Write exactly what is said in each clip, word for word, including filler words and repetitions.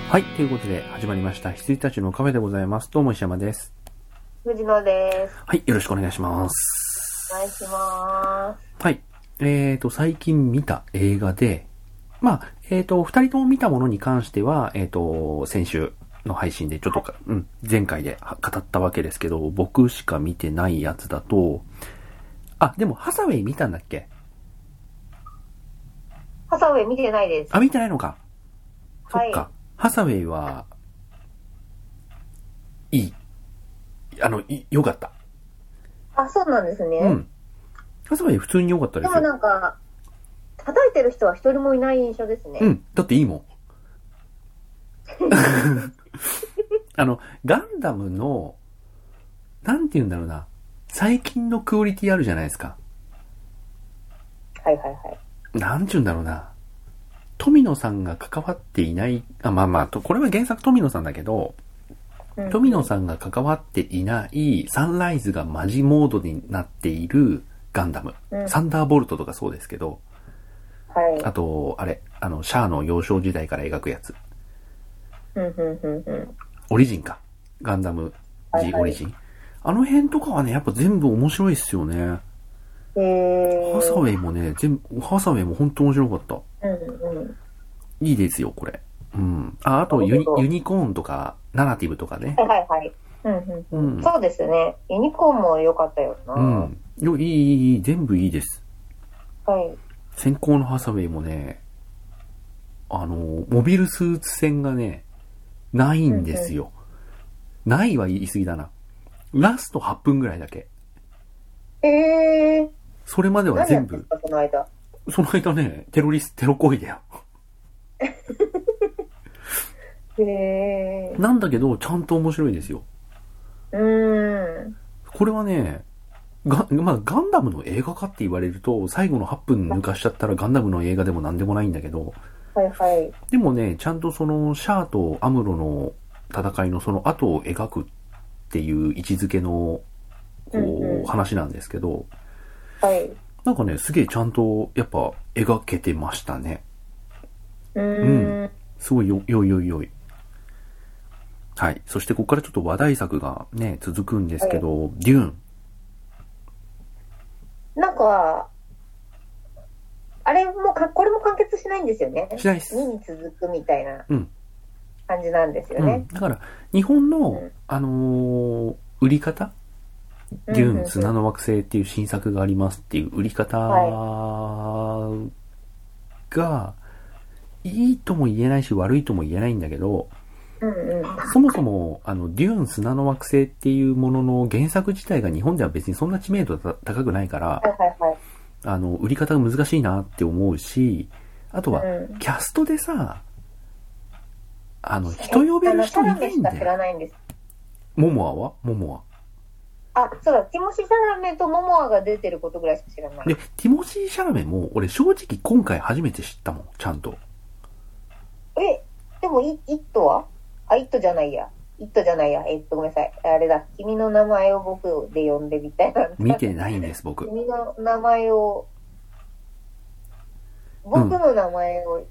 はい、ということで始まりました羊たちのカフェでございます。どうも石山です。 藤野です。 はい、よろしくお願いします。 お願いします。 はい、えーと最近見た映画で、まあえーと二人とも見たものに関してはえーと先週の配信でちょっとか、うん、前回で語ったわけですけど、僕しか見てないやつだと、あ、でもハサウェイ見たんだっけ？ ハサウェイ見てないです。 あ、見てないのか。そっか。 はい、 ハサウェイは、いい。あの、い、良かった。 あ、そうなんですね。 うん。ハサウェイ普通に良かったですよ。 でもなんか、叩いてる人は一人もいない印象ですね。 うん。だっていいもん。あの、ガンダムの、なんて言うんだろうな。最近のクオリティあるじゃないですか。 はいはいはい。 なんて言うんだろうな。富野さんが関わっていない、あ、まあまあ、これは原作富野さんだけど、うん、富野さんが関わっていないサンライズがマジモードになっているガンダム。うん、サンダーボルトとかそうですけど、 はい。 あと、あれ、あの、シャアの幼少時代から描くやつ。 うんうんうんうん。 オリジンか。ガンダム G オリジン。はいはい、あの辺とかはね、やっぱ全部面白いっすよね。 へー。 ハサウェイもね、全部、ハサウェイも本当面白かった。 うんうん。 いいですよ、これ。うん。あ、あとユニ、ユニコーンとか、ナラティブとかね。 はいはいはい。うんうんうん。うん、そうですね。ユニコーンも良かったよな。 うん。よ、いい、いい、いい、全部いいです。 はい。 先行のハサウェイもね、あの、モビルスーツ戦がね、ないんですよ。うんうん、ないは言い過ぎだな。ラストはっぷんぐらいだけ。 えー。 それまでは全部。 何やってたその間。 その間ね、テロリスト、テロ行為だよ。 へー。 なんだけど、ちゃんと面白いですよ。 うーん。 これはね、ガ, まあ、ガンダムの映画かって言われると、最後のはっぷん抜かしちゃったらガンダムの映画でもなんでもないんだけど、 はいはい。 でもね、ちゃんとその、シャアとアムロの戦いのその後を描くっていう位置づけの、こう、うんうん、話なんですけど、 はい。 なんかね、すげえちゃんと、やっぱ、描けてましたね。 うーん。 うん。すごいよ、よいよいよい。はい。そしてここからちょっと話題作がね、続くんですけど、はい、デューン。 なんか、あれもか、これも完結しないんですよね。 しないっす。 にに続くみたいな感じなんですよね。 うん、だから、日本の、うん、あのー、売り方、デューン砂の惑星っていう新作がありますっていう売り方が、いいとも言えないし悪いとも言えないんだけど、 うんうん、 そもそも、あの、デューン砂の惑星っていうものの原作自体が日本では別にそんな知名度が高くないから、 はいはいはい、 あの、売り方が難しいなって思うし、あとは、うん、キャストでさ、あの、人呼べる人いないんだよ。モモアはモモア。あ、そうだ、ティモシー・シャラメとモモアが出てることぐらいしか知らない。 で、ティモシー・シャラメも、俺正直今回初めて知ったもん、ちゃんと。 え、でも、イットはあ、イットじゃないや。イットじゃないや。えっと、ごめんなさい。あれだ。君の名前を僕で呼んでみたいな。 見てないんです、僕。 君の名前を、僕の名前を、うん、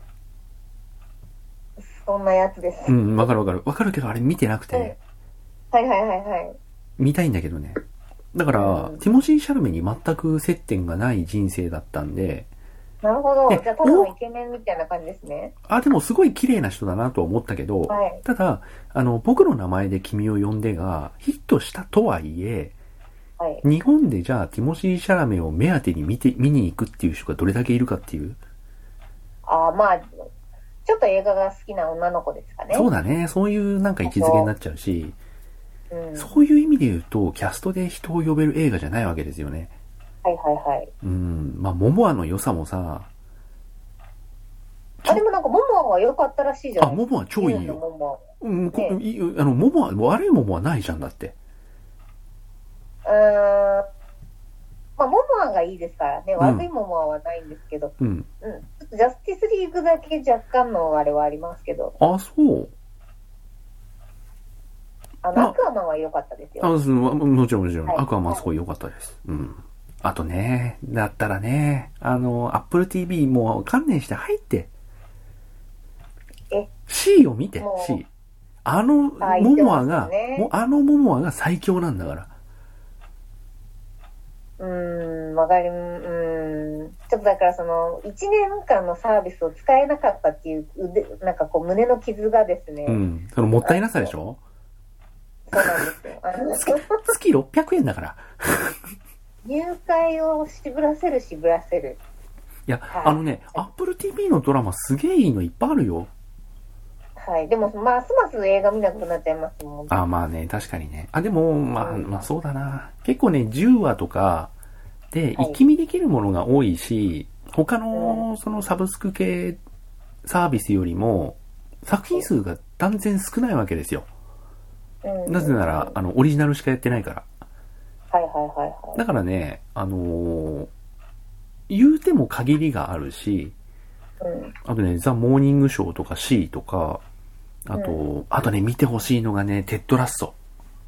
そんなやつです。 うん、わかるわかる。わかるけど、あれ見てなくて。 はいはいはいはい。 見たいんだけどね。だから、うん、ティモシー・シャラメに全く接点がない人生だったんで。 なるほど。じゃあ、ただのイケメンみたいな感じですね。 あ、でもすごい綺麗な人だなとは思ったけど、はい、ただ、あの、僕の名前で君を呼んでがヒットしたとはいえ、はい、日本でじゃあ、ティモシー・シャラメを目当てに見て、見に行くっていう人がどれだけいるかっていう。 ああ、まあ、ちょっと映画が好きな女の子ですかね。 そうだね。そういうなんか位置づけになっちゃうし、うん、そういう意味で言うと、キャストで人を呼べる映画じゃないわけですよね。 はいはいはい。 うん。まあ、モモアの良さもさ、 あ、でもなんかモモアは良かったらしいじゃないですか。あ、モモア超いいよ。 モモア。うん、ね、あの、モモア、悪いモモアないじゃんだって。 うーん。まあ、モモアがいいですからね。悪いモモアはないんですけど。うん。うん。ちょっとジャスティスリーグだけ若干のあれはありますけど。 あ、そう。 あの、アクアマンは良かったですよ。あ、 もちろんもちろん。はい、アクアマンすごい良かったです。うん。あとね、だったらね、あの、Apple ティーブイ もう観念して入って。 え、 C を見て、C。あの、モモアが、 ね、 もうあのモモアが最強なんだから。 うーん、わかり、うーん。ちょっとだからその、いちねんかんのサービスを使えなかったっていう腕、なんかこう胸の傷がですね。 うん。そのもったいなさでしょ？ そうなんですよ。あの月、月ろっぴゃくえんだから。 入会を渋らせる渋らせる。 いや、はい、あのね、Apple ティーブイ のドラマすげえいいのいっぱいあるよ。 はい。でも、ますます映画見なくなっちゃいますもん。 あ、まあね、確かにね。あ、でも、まあ、まあそうだな。結構ね、じゅうわとかで、一気見できるものが多いし、はい、他の、そのサブスク系サービスよりも、作品数が断然少ないわけですよ。うん、なぜなら、あの、オリジナルしかやってないから。 はいはいはいはい。 だからね、あのー、言うても限りがあるし、うん、あとね、ザ・モーニングショーとか C とか、あと、うん、あとね、見てほしいのがね、テッドラスト。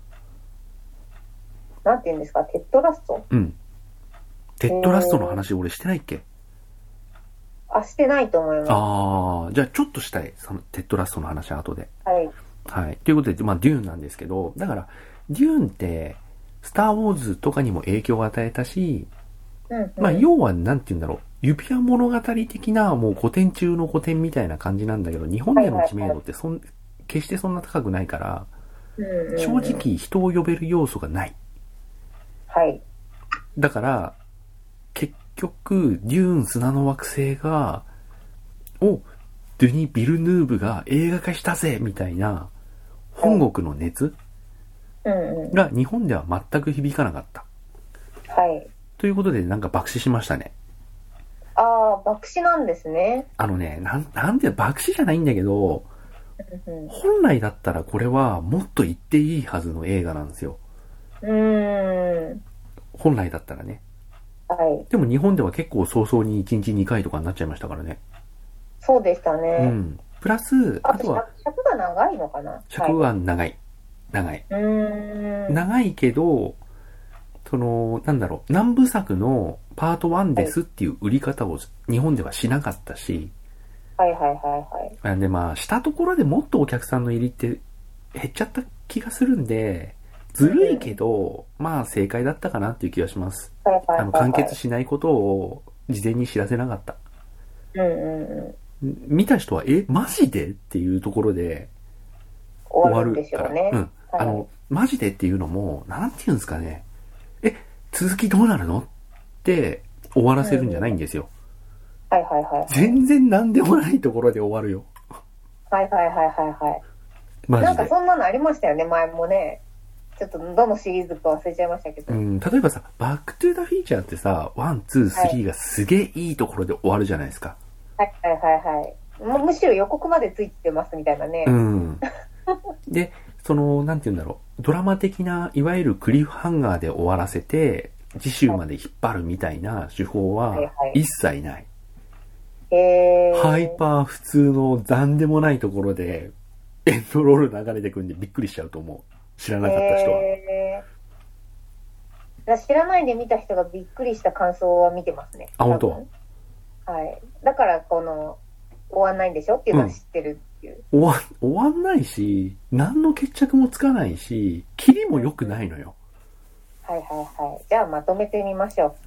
なんて言うんですか、テッドラスト？ うん。テッドラストの話俺してないっけ？ あ、してないと思います。 ああ、じゃあちょっとしたい。そのテッドラストの話は後で。 はい。 はい。ということで、まあ、デューンなんですけど、だから、デューンって、スター・ウォーズとかにも影響を与えたし、うんうん、まあ、要は、なんて言うんだろう。指輪物語的な、もう古典中の古典みたいな感じなんだけど、日本での知名度ってそん、はいはいはい、決してそんな高くないから、うんうんうん、正直人を呼べる要素がない。 はい。 だから、結局、デューン砂の惑星が、を、ドゥニ・ビルヌーブが映画化したぜみたいな、本国の熱が日本では全く響かなかった。 はい。 ということで、なんか爆死しましたね。 ああ、爆死なんですね。 あのね、なん、なんで爆死じゃないんだけど、本来だったらこれはもっと言っていいはずの映画なんですよ。 うーん。 本来だったらね。 はい。 でも日本では結構早々にいちにちにかいとかになっちゃいましたからね。 そうでしたね。 うん。プラス、 あとは。尺が長いのかな？ 尺は長い。長い。 うーん。 長いけど、その、なんだろう、何部作のパートワンですっていう売り方を日本ではしなかったし、 はいはいはいはい。 で、まあ、したところでもっとお客さんの入りって減っちゃった気がするんで、ずるいけど、うん、まあ正解だったかなっていう気がします。 はいはいはいはい、 あの、完結しないことを事前に知らせなかった。 うんうんうん。 見た人は、え、マジでっていうところで終わるから。 終わるんでしょうね。 うん。あの、はい、マジでっていうのも、なんていうんですかね。え、続きどうなるのって終わらせるんじゃないんですよ。 うん、はいはいはい、はい。 全然なんでもないところで終わるよ。 はいはいはいはいはい。 マジで。 なんかそんなのありましたよね、前もね。ちょっとどのシリーズか忘れちゃいましたけど。 うん、例えばさ、バックトゥーザフィーチャーってさ、ワン、ツー、スリーがすげえいいところで終わるじゃないですか。 はいはいはいはい。もうむしろ予告までついてますみたいなね。 うん。で、その、なんて言うんだろう。ドラマ的な、いわゆるクリフハンガーで終わらせて、次週まで引っ張るみたいな手法は一切ない。 へー。 ハイパー普通の残でもないところで、エンドロール流れてくんでびっくりしちゃうと思う。知らなかった人は。 へー。知らないで見た人がびっくりした感想は見てますね。 あ、本当？ はい。だから、この、終わんないんでしょっていうのは知ってるっていう。 うん、終わ、終わんないし、何の決着もつかないし、キリも良くないのよ。 はいはいはい。じゃあまとめてみましょう。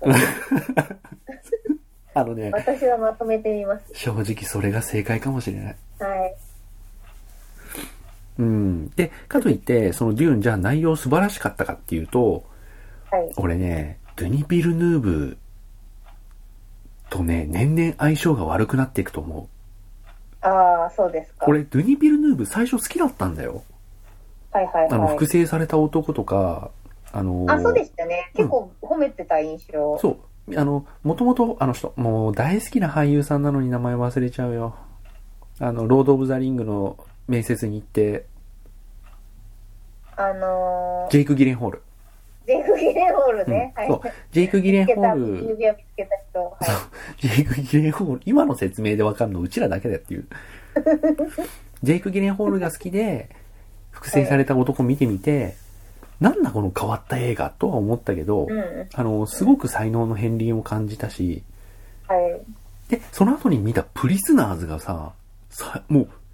あのね。 私はまとめてみます。 正直それが正解かもしれない。 はい。 うん。で、かといって、そのデューンじゃあ内容素晴らしかったかっていうと、 はい。 俺ね、ドゥニ・ビルヌーブとね、年々相性が悪くなっていくと思う。 ああ、そうですか。 これ、ドゥニ・ビルヌーブ最初好きだったんだよ。 はいはいはい。 あの、複製された男とか、あのー、 あ、そうでしたね。結構褒めてた印象。 うん、そう。あの、もともと、あの人、もう大好きな俳優さんなのに名前忘れちゃうよ。あの、ロード・オブ・ザ・リングの面接に行って、 あのー、 ジェイク・ギレンホール。 ジェイク・ギレンホールね。 うん、はい。そう。ジェイク・ギレンホール。 指輪見つけた人。はい、 ジェイク・ギレンホール。今の説明でわかるのうちらだけだっていう。ジェイク・ギレンホールが好きで、複製された男見てみて、なんだこの変わった映画とは思ったけど、うん、あの、すごく才能の片鱗を感じたし、 はい。 で、その後に見たプリズナーズがさ、さもう、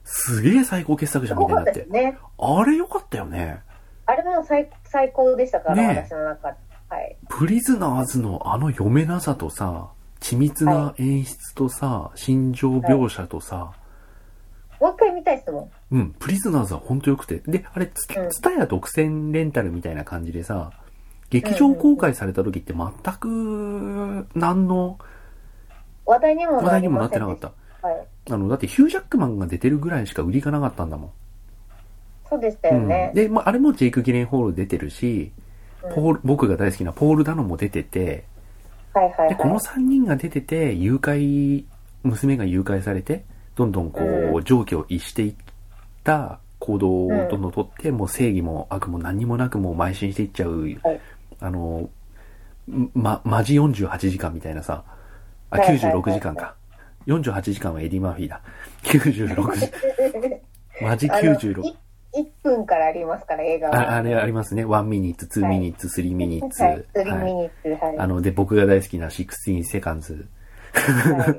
すげえ最高傑作じゃんみたいになって。 ね、 あれ良かったよね。 あれも 最, 最高でしたから、 ね、 私の中で。はい。 プリズナーズのあの読めなさとさ、緻密な演出とさ、はい、心情描写とさ、はい、もう一回見たいっすもん。うん、プリズナーズはほんと良くて。で、あれ、ツタヤ独占レンタルみたいな感じでさ、劇場公開された時って全く、何の、 話題にも話題にもなってなかった。 はい。 あの、だってヒュージャックマンが出てるぐらいしか売りがなかったんだもん。 そうでしたよね。 うん、で、まあ、あれもジェイク・ギレンホール出てるし、うん、ポール、僕が大好きなポール・ダノも出てて、 はいはいはい、 で、このさんにんが出てて、誘拐、娘が誘拐されて、どんどんこう、うん、常軌を逸していった行動をどんどんとって、うん、もう正義も悪も何にもなくもう邁進していっちゃう、はい、あの、ま、マジよんじゅうはちじかんみたいなさ、あ、きゅうじゅうろくじかんか。よんじゅうはちじかんはエディ・マーフィーだ。きゅうじゅうろくじ。マジきゅうじゅうろく。 いっぷんからありますから、映画は。 あ, あれありますね。いちミニッツ、にミニッツ、さんミニッツ。 はい、さんミニッツ、はい。 あの、で、僕が大好きなじゅうろくセカンズ。 はい。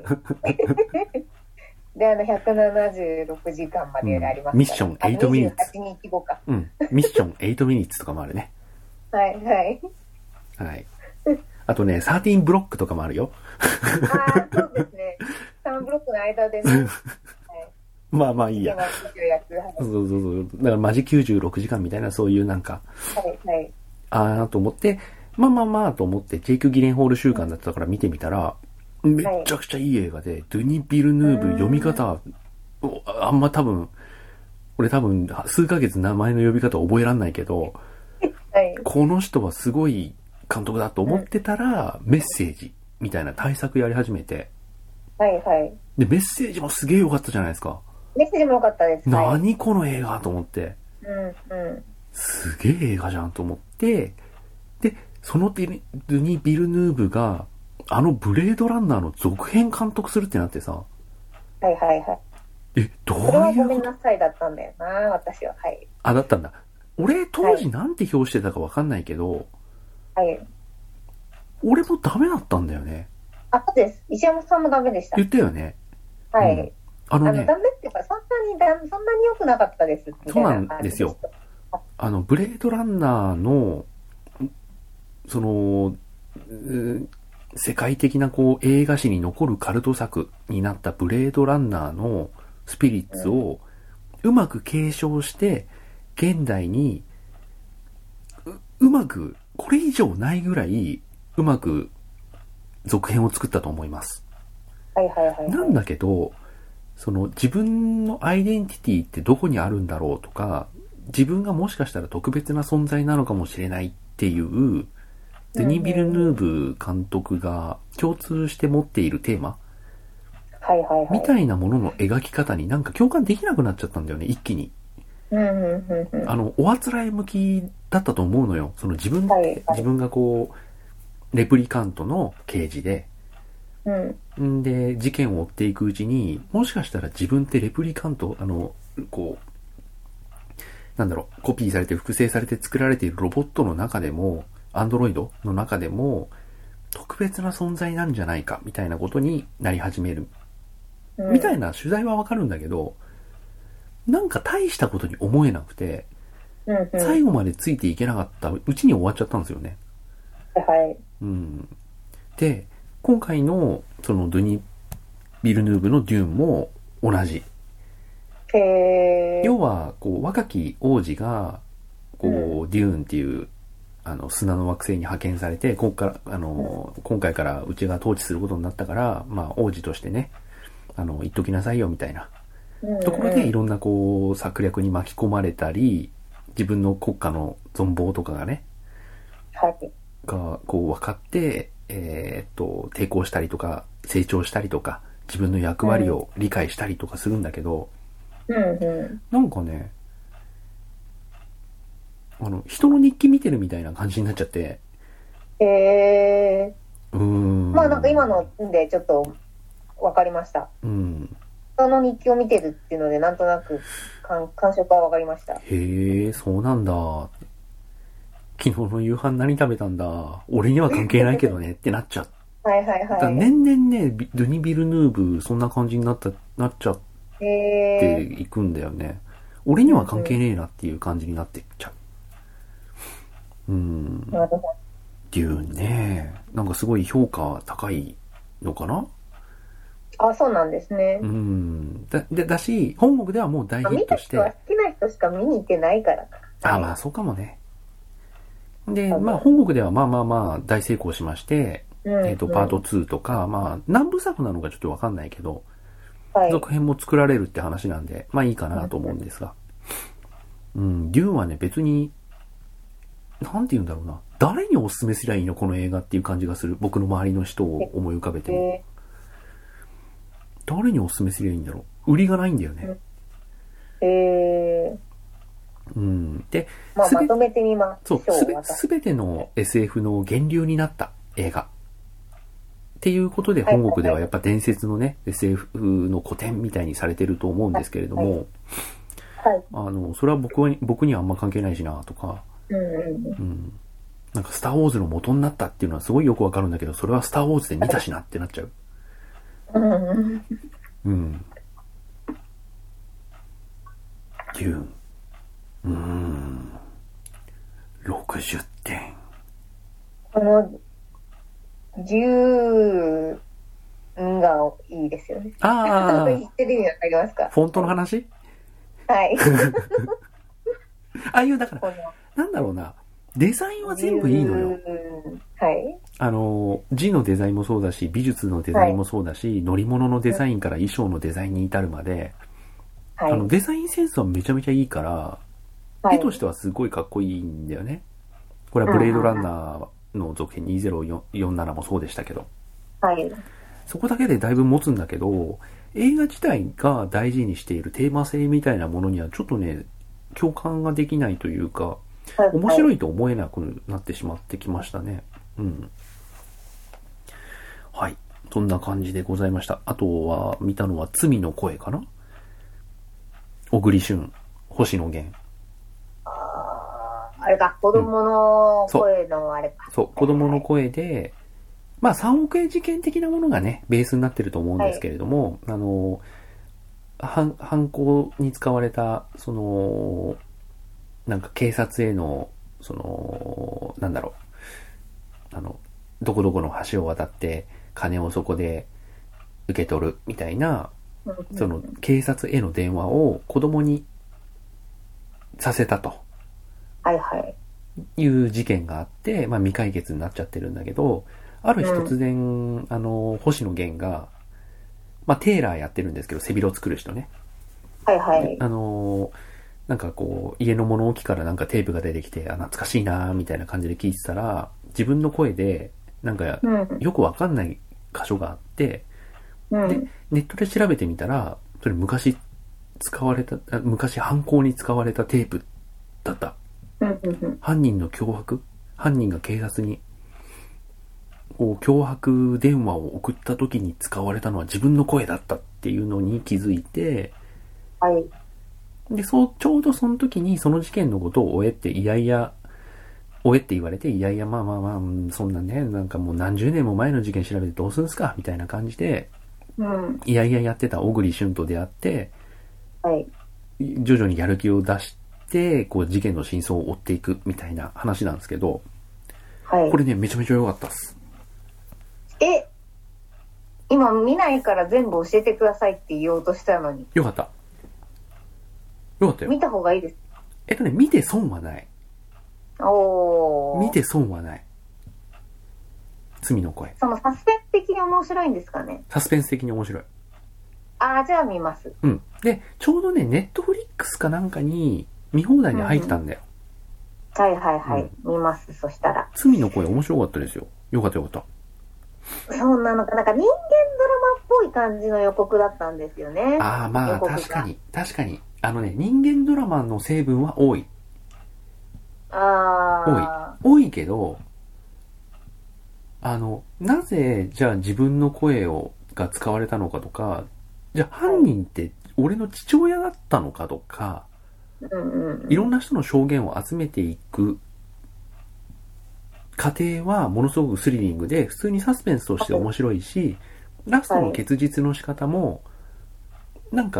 で、あの、ひゃくななじゅうろくじかんまでありますから、 うん、ミッションはちミニッツ。 にじゅうはちにちごか。 うん。ミッションはちミニッツとかもあるね。 はい、はい。 はい。あとね、じゅうさんブロックとかもあるよ。 ああ、そうですね。さんブロックの間でね。 まあまあいいや。そうそうそう。だからマジきゅうじゅうろくじかんみたいなそういうなんか、 はいはい。 ああと思って、まあまあまあと思って、ジェイク・ギレンホール週間だったから見てみたら、めっちゃくちゃいい映画で、ドゥニ・ビルヌーブ読み方、あんま多分、俺多分数ヶ月名前の呼び方覚えらんないけど、 はい、 この人はすごい監督だと思ってたら、メッセージみたいな対策やり始めて、 はいはい。 で、メッセージもすげえ良かったじゃないですか。 メッセージも良かったです。 何この映画と思って。 うんうん。 すげえ映画じゃんと思って、で、そのディニ・ビルヌーブが、あのブレードランナーの続編監督するってなってさ。 はいはいはい。 え、どういうこと？ それはごめんなさいだったんだよな、私は。はい。 あ、だったんだ。俺、当時なんて表してたかわかんないけど、 はい。 俺もダメだったんだよね。 あ、そうです。石山さんもダメでした。 言ったよね。 はい。うん、 あのね、 あのダメっていうか、そんなにだ、そんなに良くなかったです。 そうなんですよ。あの、ブレードランナーの、その、世界的なこう映画史に残るカルト作になったブレードランナーのスピリッツをうまく継承して、現代にう、うまく、これ以上ないぐらいうまく続編を作ったと思います。 はいはいはい、はい。 なんだけど、その自分のアイデンティティってどこにあるんだろうとか、自分がもしかしたら特別な存在なのかもしれないっていう、デニ・ビルヌーブ監督が共通して持っているテーマ、 はいはいはい、 みたいなものの描き方になんか共感できなくなっちゃったんだよね、一気に。 うんうんうん、 あの、おあつらい向きだったと思うのよ。その自分って、はいはい、自分がこう、レプリカントの刑事で、うん、で、事件を追っていくうちに、もしかしたら自分ってレプリカント、あの、こう、なんだろう、コピーされて複製されて作られているロボットの中でも、アンドロイドの中でも、特別な存在なんじゃないか、みたいなことになり始める。うん、みたいな取材はわかるんだけど、なんか大したことに思えなくて、うんうん、最後までついていけなかったうちに終わっちゃったんですよね。 はい。 うん、で、今回のそのドゥニ・ビルヌーブのデューンも同じ。 へー。 要はこう若き王子がこう、うん、デューンっていうあの砂の惑星に派遣されて、ここからあの、うん、今回からうちが統治することになったから、まあ王子としてね、あの言っときなさいよみたいな、うんうん、ところでいろんなこう策略に巻き込まれたり、自分の国家の存亡とかがね、 はい、 がこう分かって。えー、っと抵抗したりとか成長したりとか自分の役割を理解したりとかするんだけど、 うんうん、 なんかねあの人の日記見てるみたいな感じになっちゃって、 へーうーんまあなんか今のでちょっと分かりました。 うん、 人の日記を見てるっていうのでなんとなく感触は分かりました。 へえ、そうなんだ。昨日の夕飯何食べたんだ、俺には関係ないけどねってなっちゃう。 はいはいはい。 だ年々ね、ドゥニ・ビルヌーブそんな感じになったなっちゃっっていくんだよね。俺には関係ねえなっていう感じになってっちゃう。うん。デューンね。なんかすごい評価高いのかな。 あ、そうなんですね。 うん。だ、で、だし、本国ではもう大ヒットして。 見た人は好きな人しか見に行ってないからな。あ、まあそうかもね。で、まあ本国ではまあまあまあ大成功しまして、うんうん、えっと、パートツーとか、まあ何部作なのかちょっとわかんないけど、はい、続編も作られるって話なんで、まあいいかなと思うんですが。うん、デューンはね、別に、なんて言うんだろうな。誰におすすめすりゃいいのこの映画っていう感じがする。僕の周りの人を思い浮かべても。誰におすすめすりゃいいんだろう。売りがないんだよね。 へえー。うん。で、 まあ、まとめてみます。 そう、すべ、すべての エスエフ の源流になった映画。っていうことで、本国ではやっぱ伝説のね、エスエフ の古典みたいにされてると思うんですけれども、 はい。 あの、それは僕は、僕にはあんま関係ないしなとか、 うんうんうん 。なんか、スターウォーズの元になったっていうのはすごいよくわかるんだけど、それはスターウォーズで見たしなってなっちゃう。 うんうん。 うん。デューン。うーん。ろくじゅってん。 この、じゅうがいいですよね。 ああ。 言ってる意味わかりますか？ フォントの話？ はい。 ああいう、だから、なんだろうな。デザインは全部いいのよ。 はい。 あの、字のデザインもそうだし、美術のデザインもそうだし、はい、乗り物のデザインから衣装のデザインに至るまで、はい、あの、デザインセンスはめちゃめちゃいいから、はい、絵としてはすごいかっこいいんだよね。これはブレードランナーの続編にせんよんじゅうななもそうでしたけど。 はい。そこだけでだいぶ持つんだけど、映画自体が大事にしているテーマ性みたいなものにはちょっとね、共感ができないというか、面白いと思えなくなってしまってきましたね。うん。はい。そんな感じでございました。あとは、見たのは罪の声かな？小栗旬、星野源。 ああれか、子供の声のあれか。 うん、そう、そう子供の声で、まあさんおく円事件的なものがね、ベースになってると思うんですけれども、はい、あの、犯、犯行に使われた、その、なんか警察への、その、なんだろう、あの、どこどこの橋を渡って金をそこで受け取るみたいな、その警察への電話を子供にさせたと。 はいはい。 いう事件があって、まあ未解決になっちゃってるんだけど、ある日突然、うん、あの、星野源が、まあテーラーやってるんですけど、背広作る人ね。 はいはい。 あの、なんかこう、家の物置からなんかテープが出てきて、あ、懐かしいなーみたいな感じで聞いてたら、自分の声で、なんか、よくわかんない箇所があって、うん、で、ネットで調べてみたら、それ昔使われた、昔犯行に使われたテープだった。犯人の脅迫？犯人が警察に、こう、脅迫電話を送った時に使われたのは自分の声だったっていうのに気づいて、 はい。 で、そう、ちょうどその時にその事件のことを追えっていやいや、追えって言われて、いやいや、まあまあまあ、そんなね、なんかもう何十年も前の事件調べてどうするんすかみたいな感じで、うん、いやいややってた小栗旬と出会って、 はい。 徐々にやる気を出して、こう事件の真相を追っていくみたいな話なんですけど、はい。これね、めちゃめちゃ良かったっす。 え、今見ないから全部教えてくださいって言おうとしたのに。 よかった。よかったよ。 見た方がいいです。 えっとね、見て損はない。 おー。 見て損はない。罪の声。 そのサスペンス的に面白いんですかね？ サスペンス的に面白い。 ああ、じゃあ見ます。 うん。で、ちょうどね、ネットフリックスかなんかに見放題で入ったんだよ。 うん、はいはいはい、うん。見ます、そしたら。 罪の声面白かったですよ。よかったよかった。 そうなのか、なんか人間ドラマっぽい感じの予告だったんですよね。 ああ、まあ確かに、確かに。あのね、人間ドラマの成分は多い。 ああ。多い。多いけど、あの、なぜ、じゃあ自分の声を、が使われたのかとか、じゃあ犯人って俺の父親だったのかとか、 うんうん、 いろんな人の証言を集めていく過程はものすごくスリリングで、普通にサスペンスとして面白いし、ラストの結実の仕方も、なんか、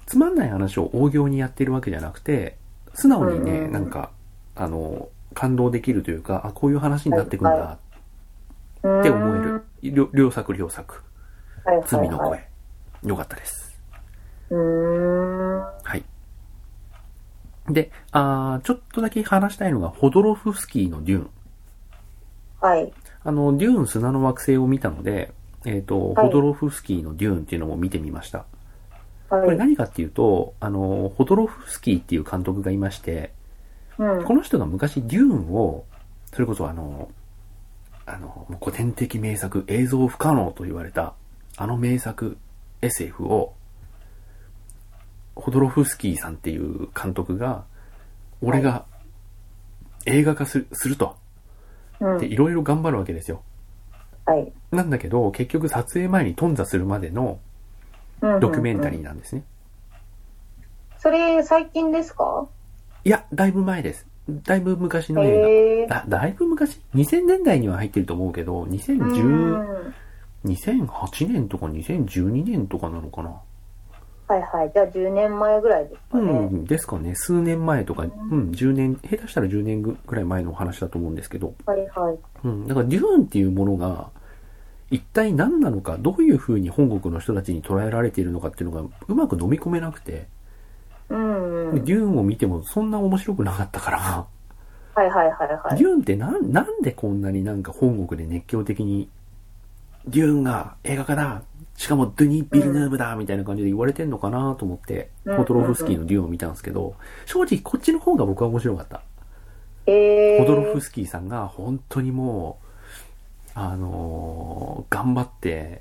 つまんない話を大行にやってるわけじゃなくて、素直にね、 うんうん、 なんか、あの、感動できるというか、あ、こういう話になってくんだって思える。両, 両作両作。 はいはいはい、 罪の声。よかったです。 うーん。 はい。で、あちょっとだけ話したいのが、ホドロフスキーのデューン。 はい。 あの、デューン砂の惑星を見たので、えっと、 はい、 ホドロフスキーのデューンっていうのも見てみました。 はい、 これ何かっていうと、あの、ホドロフスキーっていう監督がいまして、うん、この人が昔デューンを、それこそあの、あの、古典的名作、映像不可能と言われた、あの名作 エスエフ を、ホドロフスキーさんっていう監督が、俺が映画化する、すると。で、いろいろ頑張るわけですよ。 はい。 なんだけど、結局撮影前に頓挫するまでのドキュメンタリーなんですね。 うんうんうん、それ、最近ですか？ いや、だいぶ前です。だいぶ昔の映画。だ、だいぶ昔 ?にせんねんだいには入ってると思うけど、にせんじゅう、にせんはちねんとかにせんじゅうにねんとかなのかな。 はいはい。じゃあじゅうねんまえぐらいですかね。 うん、ですかね。数年前とか、うん、うん、じゅうねん、下手したらじゅうねんぐらい前の話だと思うんですけど。 はいはい。 うん、だからデューンっていうものが、一体何なのか、どういう風に本国の人たちに捉えられているのかっていうのがうまく飲み込めなくて、 うんうん、 デューンを見てもそんな面白くなかったから、 はいはいはいはい。 デューンってな、なんでこんなになんか本国で熱狂的に、デューンが映画化だ、しかもドゥニ・ビルヌーブだ、みたいな感じで言われてんのかなと思って、うん、ホドロフスキーのデューンを見たんですけど、正直こっちの方が僕は面白かった。 えー、 ホドロフスキーさんが本当にもう、あのー、頑張って、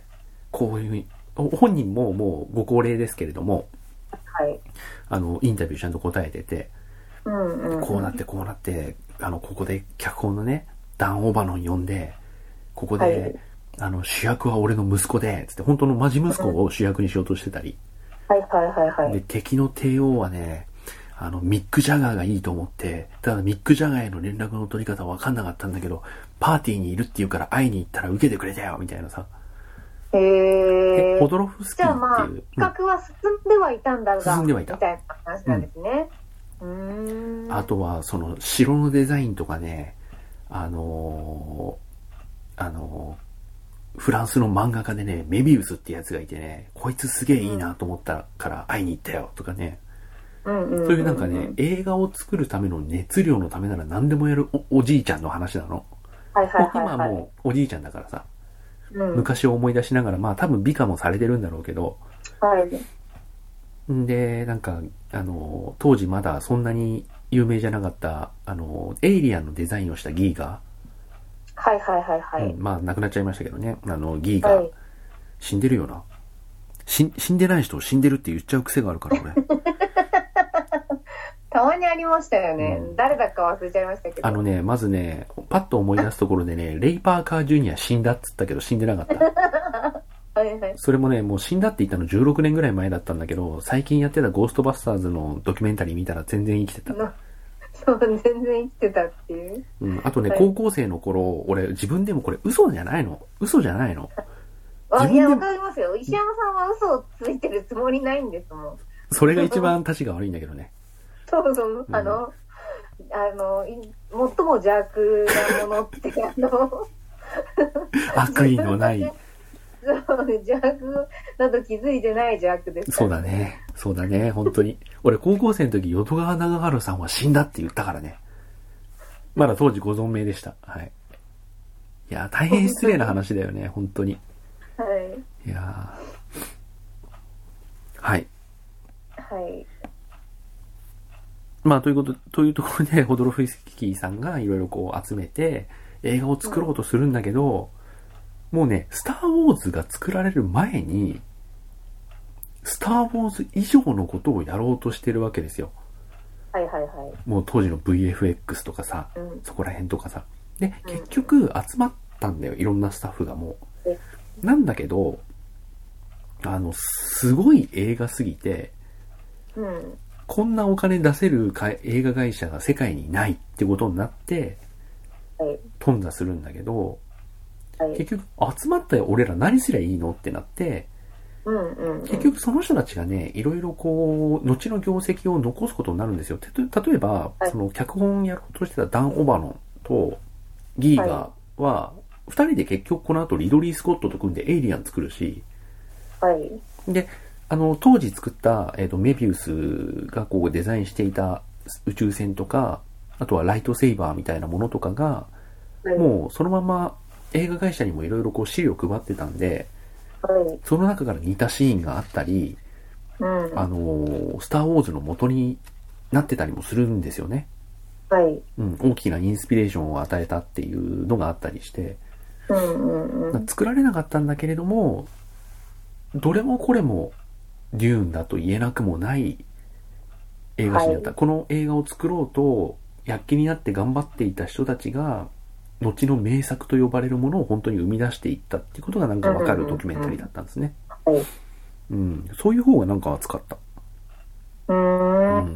こういう、本人ももうご高齢ですけれども、 はい。 あの、インタビューちゃんと答えてて、 うんうんうん、 こうなってこうなって、あの、ここで脚本のね、ダン・オバノン呼んで、ここで、はい、あの、主役は俺の息子で、つって、本当のマジ息子を主役にしようとしてたり。 はいはいはいはい。 で、敵の帝王はね、あの、ミック・ジャガーがいいと思って、ただミック・ジャガーへの連絡の取り方は分かんなかったんだけど、パーティーにいるって言うから会いに行ったら受けてくれたよ、みたいなさ。 へー。 ホドロフスキーっていう。じゃあまあ、企画は進んではいたんだが、 進んではいた。 みたいな話なんですね。うん、うーん。 あとは、その、城のデザインとかね、あのー、あのー、フランスの漫画家でね、メビウスってやつがいてね、こいつすげえいいなと思ったから会いに行ったよとかね、 うんうんうんうん、 そういうなんかね、映画を作るための熱量のためなら何でもやる お, おじいちゃんの話なの。 はいはいはいはい、 今もうおじいちゃんだからさ、 うん、 昔を思い出しながら、まあ多分美化もされてるんだろうけど、 はい。 んで、なんか、あの、当時まだそんなに有名じゃなかった、あの、エイリアンのデザインをしたギーガー。はいはいはいはい。 うん、まあ亡くなっちゃいましたけどね、あの、ギーガー、はい、死んでるよな。死、死んでない人を死んでるって言っちゃう癖があるから俺。 たまにありましたよね、うん。誰だか忘れちゃいましたけど。 あのね、まずね、パッと思い出すところでね、レイ・パーカー・ジュニア死んだっつったけど死んでなかった。 はいはい、それもね、もう死んだって言ったのじゅうろくねんぐらい前だったんだけど、最近やってたゴーストバスターズのドキュメンタリー見たら全然生きてた。 そう、全然生きてたっていう。 うん、あとね、はい、高校生の頃、俺自分でもこれ嘘じゃないの。嘘じゃないの。 あ、いや、わかりますよ。石山さんは嘘をついてるつもりないんですもん。 それが一番たちが悪いんだけどね。 そうそう、うん、あの、あの、最も邪悪なものって、あの、 悪意のない。 そう、邪悪など気づいてない邪悪です、 ね。そうだね。そうだね。本当に。俺高校生の時、淀川長春さんは死んだって言ったからね。まだ当時ご存命でした。はい。いや、大変失礼な話だよね。本当に。 はい。 いやはい。 はい。 まあ、ということ、というところで、ホドロフスキーさんがいろいろこう集めて、映画を作ろうとするんだけど、うん、もうね、スター・ウォーズが作られる前に、スター・ウォーズ以上のことをやろうとしてるわけですよ。 はいはいはい。 もう当時の ブイエフエックス とかさ、うん、そこら辺とかさ。で、結局集まったんだよ。いろんなスタッフがもう。なんだけど、あの、すごい映画すぎて、 うん、 こんなお金出せる映画会社が世界にないってことになって、 はい、 頓挫するんだけど、 はい、 結局集まったよ俺ら何すりゃいいのってなって、 うんうんうん、 結局その人たちがね、いろいろこう、後の業績を残すことになるんですよ。て例えば、はい、その脚本やろうとしてたダン・オバノンとギーガーは、二人で結局この後リドリー・スコットと組んでエイリアン作るし、 はい。 で、あの、当時作った、えっと、メビウスがこうデザインしていた宇宙船とか、あとはライトセイバーみたいなものとかが、はい、もうそのまま映画会社にもいろいろこう資料配ってたんで、はい、その中から似たシーンがあったり、うん、あの、スター・ウォーズの元になってたりもするんですよね。 はい。 うん、大きなインスピレーションを与えたっていうのがあったりして、 うんうんうん、 作られなかったんだけれども、どれもこれもデューンだと言えなくもない映画史になった。はい、この映画を作ろうと、躍起になって頑張っていた人たちが、後の名作と呼ばれるものを本当に生み出していったっていうことがなんかわかるドキュメンタリーだったんですね。 はい。 うん。そういう方がなんか熱かった。 うーん。うん。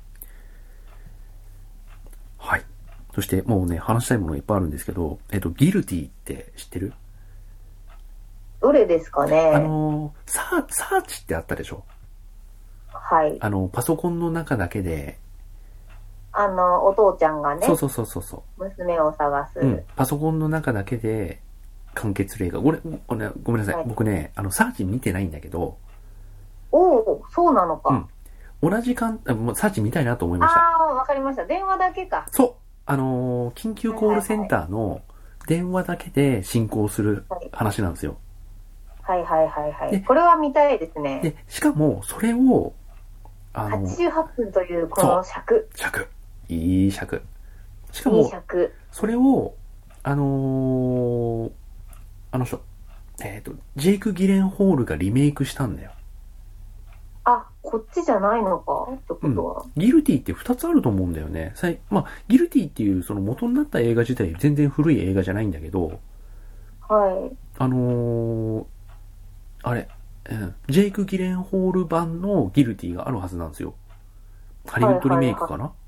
はい。そしてもうね、話したいものがいっぱいあるんですけど、えっと、ギルティって知ってる？ どれですかね？ あの、サー、サーチってあったでしょ？ はい。 あの、パソコンの中だけで、 あの、お父ちゃんがね。 そうそうそうそうそう。 娘を探す。 うん。パソコンの中だけで完結する映画。俺、俺ごめんなさい。はい、僕ね、あの、サーチ見てないんだけど。 おお、そうなのか。 うん。同じかん、もうサーチ見たいなと思いました。 ああ、わかりました。電話だけか。 そう。あのー、緊急コールセンターの電話だけで進行する話なんですよ。 はいはいはいはい。これは見たいですね。 で、しかも、それを、 あの、はちじゅうはっぷんというこの尺。 尺。いい尺。しかも、 いい尺。 それを、あのー、あの人、えっと、ジェイク・ギレンホールがリメイクしたんだよ。 あ、こっちじゃないのかってことは、 うん、ギルティってふたつあると思うんだよね。さいまあ、ギルティっていうその元になった映画自体全然古い映画じゃないんだけど、 はい。 あのー、あれ、うん、ジェイク・ギレンホール版のギルティがあるはずなんですよ。ハリウッドリメイクかな、はいはいはい、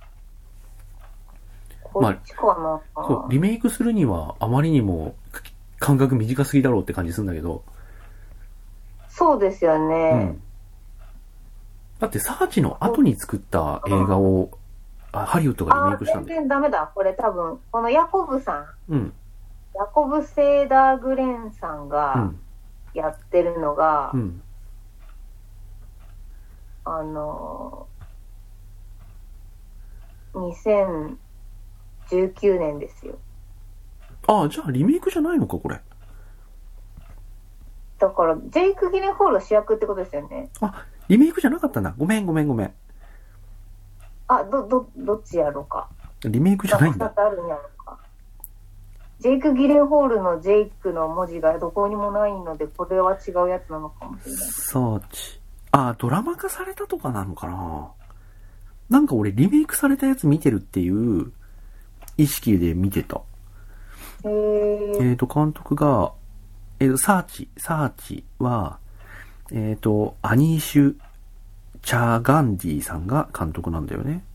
こっちかな、まあ、そう、リメイクするにはあまりにも間隔短すぎだろうって感じするんだけど。 そうですよね。うん、 だってサーチの後に作った映画を、うん、あハリウッドがリメイクしたんだよ。 全然ダメだ。これ多分、このヤコブさん。うん。 ヤコブ・セーダー・グレンさんがやってるのが、うん、あの、にせんじゅうきゅうねんですよ。 ああ、じゃあリメイクじゃないのか、これ。 だから、ジェイク・ギレンホールが主役ってことですよね。 あ、リメイクじゃなかったんだ。ごめんごめんごめん。 あ、ど、ど、どっちやろうか。 リメイクじゃないんだ。 ふたつあるんやろうか。ジェイク・ギレンホールのジェイクの文字がどこにもないので、これは違うやつなのかもしれない。 サーチ。あ、ドラマ化されたとかなのかな。なんか俺リメイクされたやつ見てるっていう意識で見てた。 へー。 えっと、監督が、えっと、サーチ、サーチは、えっと、アニーシュ・チャガンディさんが監督なんだよね。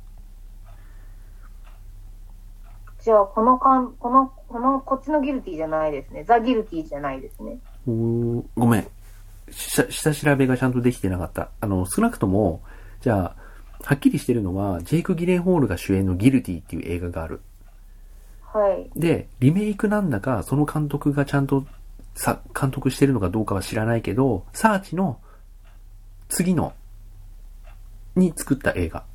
じゃあ、このかん、この、この、こっちのギルティじゃないですね。ザ・ギルティじゃないですね。 おー、ごめん。下、下調べがちゃんとできてなかった。あの、少なくとも、じゃあ、はっきりしてるのは、ジェイク・ギレンホールが主演のギルティっていう映画がある。 はい。 で、リメイクなんだか、その監督がちゃんとさ、監督してるのかどうかは知らないけど、サーチの次の、に作った映画。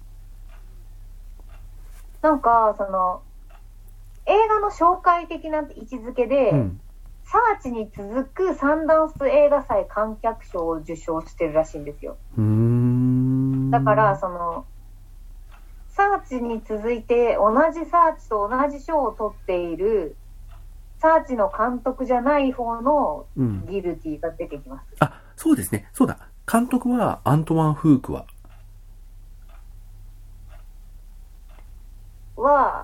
なんか、その、映画の紹介的な位置づけで、うん、サーチに続くサンダンス映画祭観客賞を受賞してるらしいんですよ。 うーん。 だから、その、サーチに続いて同じサーチと同じ賞を取っている、サーチの監督じゃない方のギルティが出てきます。 うん、あ、そうですね。そうだ。監督はアントワン・フークワ。 は、 うん。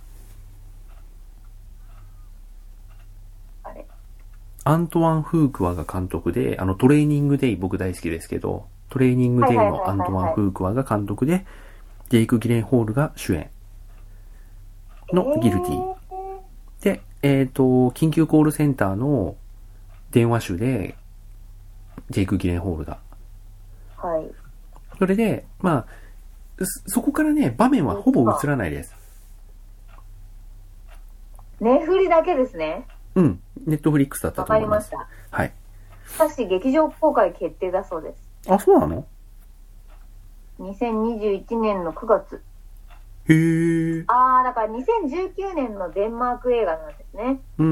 あれアントワン・フークワが監督で、あのトレーニングデイ僕大好きですけど、トレーニングデイのアントワン・フークワが監督で、ジェイク・ギレンホールが主演のギルティ。えー、で、えっと、緊急コールセンターの電話手で、 ジェイク・ギレンホールが。 はい。 それで、まあ、そこからね、場面はほぼ映らないです。 ネフリだけですね。 うん。ネットフリックスだったと思います。 わかりました。 はい。 しかし、劇場公開決定だそうです。 あ、そうなの？ にせんにじゅういちねんのくがつ。 へー。 あー、だからにせんじゅうきゅうねんのデンマーク映画なんですね。 うん。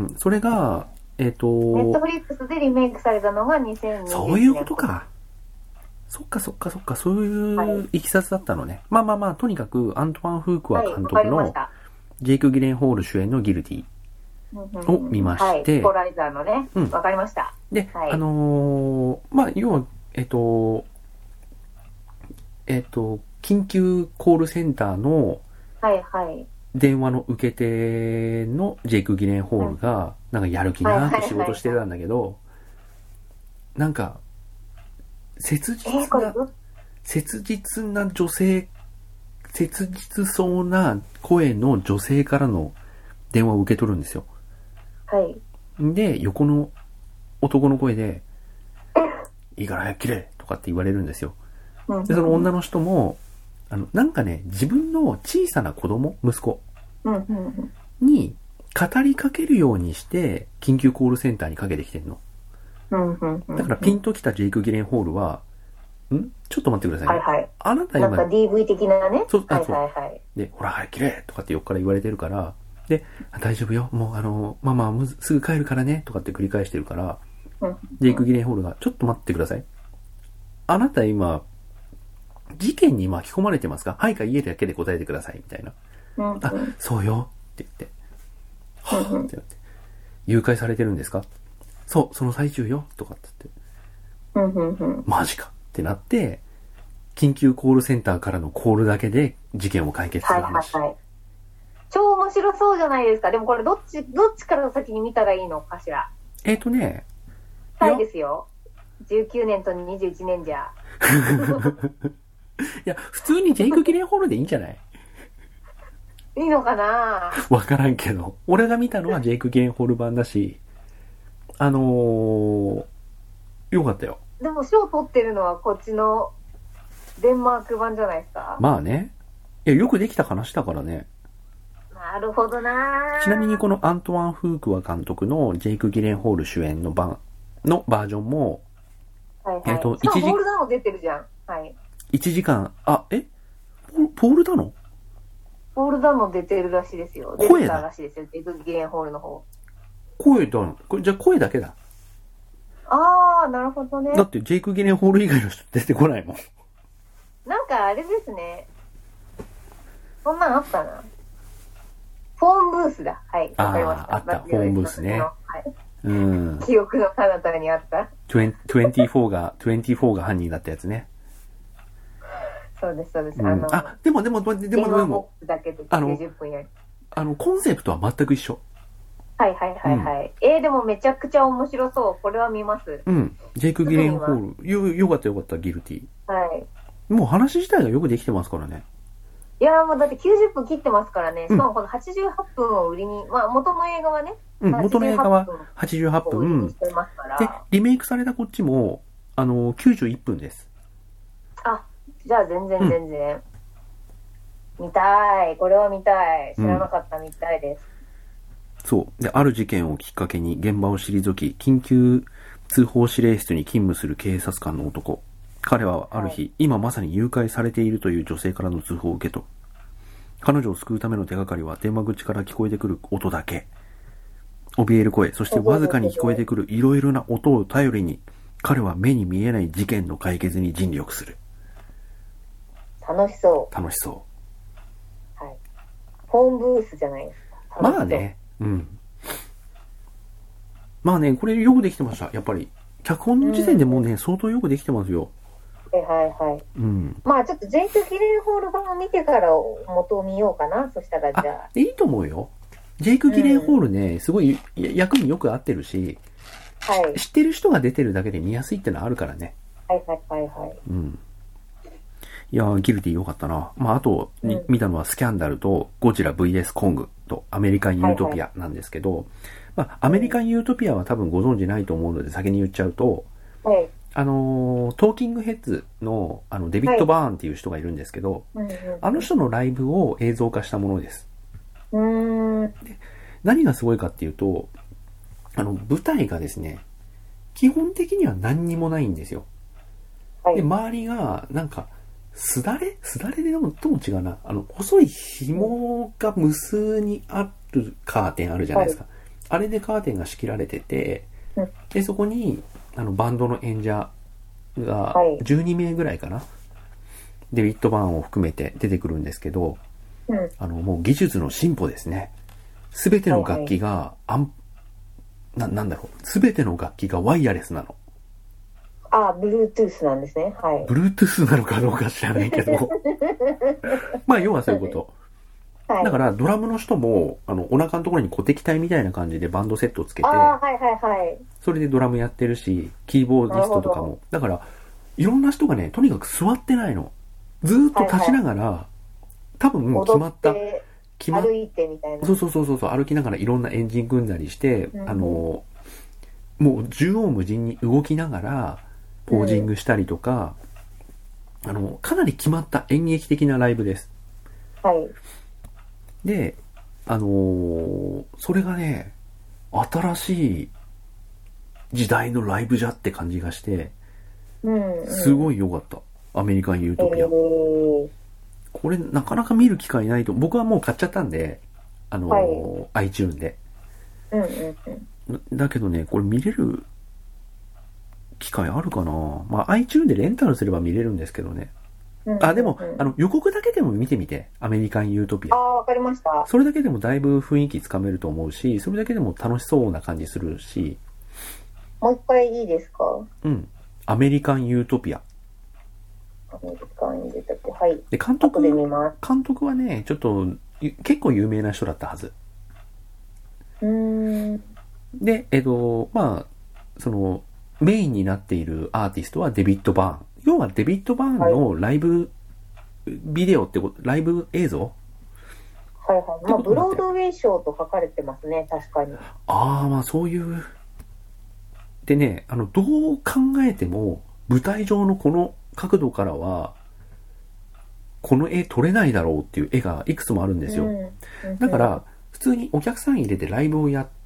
それが、えっと、 ネットフリックスでリメイクされたのがにせんにじゅういちねん。 そういうことか。そっかそっかそっか、そういういきさつだったのね。はい、まあまあまあ、とにかく、アントワン・フークワ監督の、ジェイク・ギレンホール主演のギルティを見まして、 はい、スコライザーのね、うん、わかりました。 で、 はい、 あのー、まあ、要は、えっと、えっと、緊急コールセンターの、 はいはい。 電話の受け手のジェイク・ギレンホールが、なんかやる気なく仕事してたんだけど、なんか、切実な、切実な女性、切実そうな声の女性からの電話を受け取るんですよ。 はい。 で、横の男の声で、いいから早く切れとかって言われるんですよ。で、その女の人も、あの、なんかね、自分の小さな子供、息子に語りかけるようにして、緊急コールセンターにかけてきてんの。だからピンときたジェイク・ギレンホールは、んちょっと待ってくださいね。はいはい。あなた今。 なんか ディーブイ 的なね。 そう、あ、そう。 はいはいはい。 で、ほら、早く切れとかって横から言われてるから、で、大丈夫よ。もうあの、ママはすぐ帰るからね。とかって繰り返してるから、うん、ジェイク・ギレンホールが、ちょっと待ってください。あなた今、事件に巻き込まれてますか？はいか家だけで答えてください。みたいな。うんうん、あ、そうよ。って言って。はぁ、ってなって。誘拐されてるんですか？そう、その最中よ。とかって言って。うんうんうん、マジか。ってなって、緊急コールセンターからのコールだけで事件を解決する話。はいはいはい。 超面白そうじゃないですか。でもこれどっち、どっちから先に見たらいいのかしら。 えっとね。 はいですよ。じゅうきゅうねんとにじゅういちねんじゃ。 いや、普通にジェイク・ギレンホールでいいんじゃない？ いいのかな？ わからんけど。俺が見たのはジェイク・ギレンホール版だし、あのー、よかったよ。 でも賞取ってるのはこっちのデンマーク版じゃないですか？ まあね。いや、よくできた話だからね。 なるほどな。 ちなみにこのアントワン・フークワ監督のジェイク・ギレンホール主演の版のバージョンも、 はいはい、えっと、いちじかん。ポールダノ出てるじゃん。はい。 いちじかん、あ、えポールダノ？ ポールダノ出てるらしいですよ。 声だ。 出てたらしいですよ。ジェイク・ギレンホールの方。 声だの？これじゃあ声だけだ。 あー、なるほどね。 だってジェイク・ギレンホール以外の人出てこないもん。 なんかあれですね。そんなんあったな。フォーンブースだ。はい。わかりました。 ああ、あった。フォーンブースね。はい。うん。 記憶の彼方にあった。 にじゅうよんが、にじゅうよんが犯人だったやつね。 そうです、そうです。 うん、あの、あ、でもでも、でも、でも、でも、あの、あの、コンセプトは全く一緒。 はいはいはいはい。うん、えー、でもめちゃくちゃ面白そう。これは見ます。 うん。ジェイク・ギレンホール。よ、よかったよかった、ギルティ。 はい。 もう話自体がよくできてますからね。 いやもうだってきゅうじゅっぷん切ってますからね。しかもこのはちじゅうはっぷんを売りに、まあ元の映画はね。 うん、元の映画ははちじゅうはっぷん。で、リメイクされたこっちも、あの、きゅうじゅういっぷんです。 あ、じゃあ全然全然。うん、見たい。これは見たい。知らなかった、見たいです。 そう。で、ある事件をきっかけに現場を退き、緊急通報指令室に勤務する警察官の男。彼はある日、はい、今まさに誘拐されているという女性からの通報を受け取る。彼女を救うための手がかりは電話口から聞こえてくる音だけ。怯える声、そしてわずかに聞こえてくるいろいろな音を頼りに、彼は目に見えない事件の解決に尽力する。 楽しそう。 楽しそう。 はい。ホームブースじゃないですか。 まあね。うん。まあね、これよくできてました。やっぱり。脚本の時点でもうね、うん、相当よくできてますよ。 はいはいはい。 うん。 まあちょっとジェイク・ギレンホール版を見てから元を見ようかな。そしたらじゃあ。 いいと思うよ。ジェイク・ギレンホールね、うん、すごい役によく合ってるし、はい。知ってる人が出てるだけで見やすいってのはあるからね。 はいはいはいはい。 うん。いやー、ギルティよかったな。まああと、うん、見たのはスキャンダルとゴジラ ブイエス コングとアメリカン・ユートピアなんですけど、はいはい、まあアメリカン・ユートピアは多分ご存知ないと思うので先に言っちゃうと、 はい。 あの、トーキングヘッズの、あの、デビッド・バーンっていう人がいるんですけど、 はい、 あの人のライブを映像化したものです。 うーん。 で、何がすごいかっていうと、あの、舞台がですね、基本的には何にもないんですよ。 はい、 で、周りが、なんか、すだれすだれでも、とも違うな。あの、細い紐が無数にあるカーテンあるじゃないですか。はい、あれでカーテンが仕切られてて、 うん、 で、そこに、あの、バンドの演者がじゅうにめいぐらいかな。デビッド・バーンを含めて出てくるんですけど、 うん、 あの、もう技術の進歩ですね。すべての楽器が、アン、な、なんだろう。すべての楽器がワイヤレスなの。 ああ、Bluetooth なんですね。はい。 Bluetooth なのかどうか知らないけど。まあ、要はそういうこと。はい、だから、ドラムの人も、あの、お腹のところに鼓笛体みたいな感じでバンドセットをつけて、 ああ、はいはいはい。 それでドラムやってるし、キーボーディストとかも。だから、いろんな人がね、とにかく座ってないの。ずーっと立ちながら、はいはい、多分決まった、 決まっ歩いてみたいな。 そうそうそうそう、歩きながらいろんなエンジン組んだりして、うん、あの、もう縦横無尽に動きながら、ポージングしたりとか、うん、あの、かなり決まった演劇的なライブです。 はい。 で、あのー、それがね、新しい時代のライブじゃって感じがして、 うんうん、 すごい良かった。アメリカンユートピア。えー、これなかなか見る機会ないと、僕はもう買っちゃったんで、あのーはい、iTunes で、 うんうんうん。 だけどね、これ見れる機会あるかな。まあ iTunes でレンタルすれば見れるんですけどね。うんうんうん、あ、でも、あの、予告だけでも見てみて。アメリカンユートピア。 ああ、わかりました。 それだけでもだいぶ雰囲気つかめると思うし、それだけでも楽しそうな感じするし。 もう一回いいですか？ うん。アメリカンユートピア。 アメリカンユートピア。はい。 で、監督、 で見ます。 監督はね、ちょっと、結構有名な人だったはず。 うーん。 で、えっと、まあ、その、メインになっているアーティストはデビッド・バーン。要はデビッド・バーンのライブビデオってこと、ライブ映像？ はいはい。まあ、ブロードウェイショーと書かれてますね、確かに。 ああ、まあそういう。でね、あの、どう考えても、舞台上のこの角度からは、この絵撮れないだろうっていう絵がいくつもあるんですよ。うん、だから、普通にお客さん入れてライブをやって、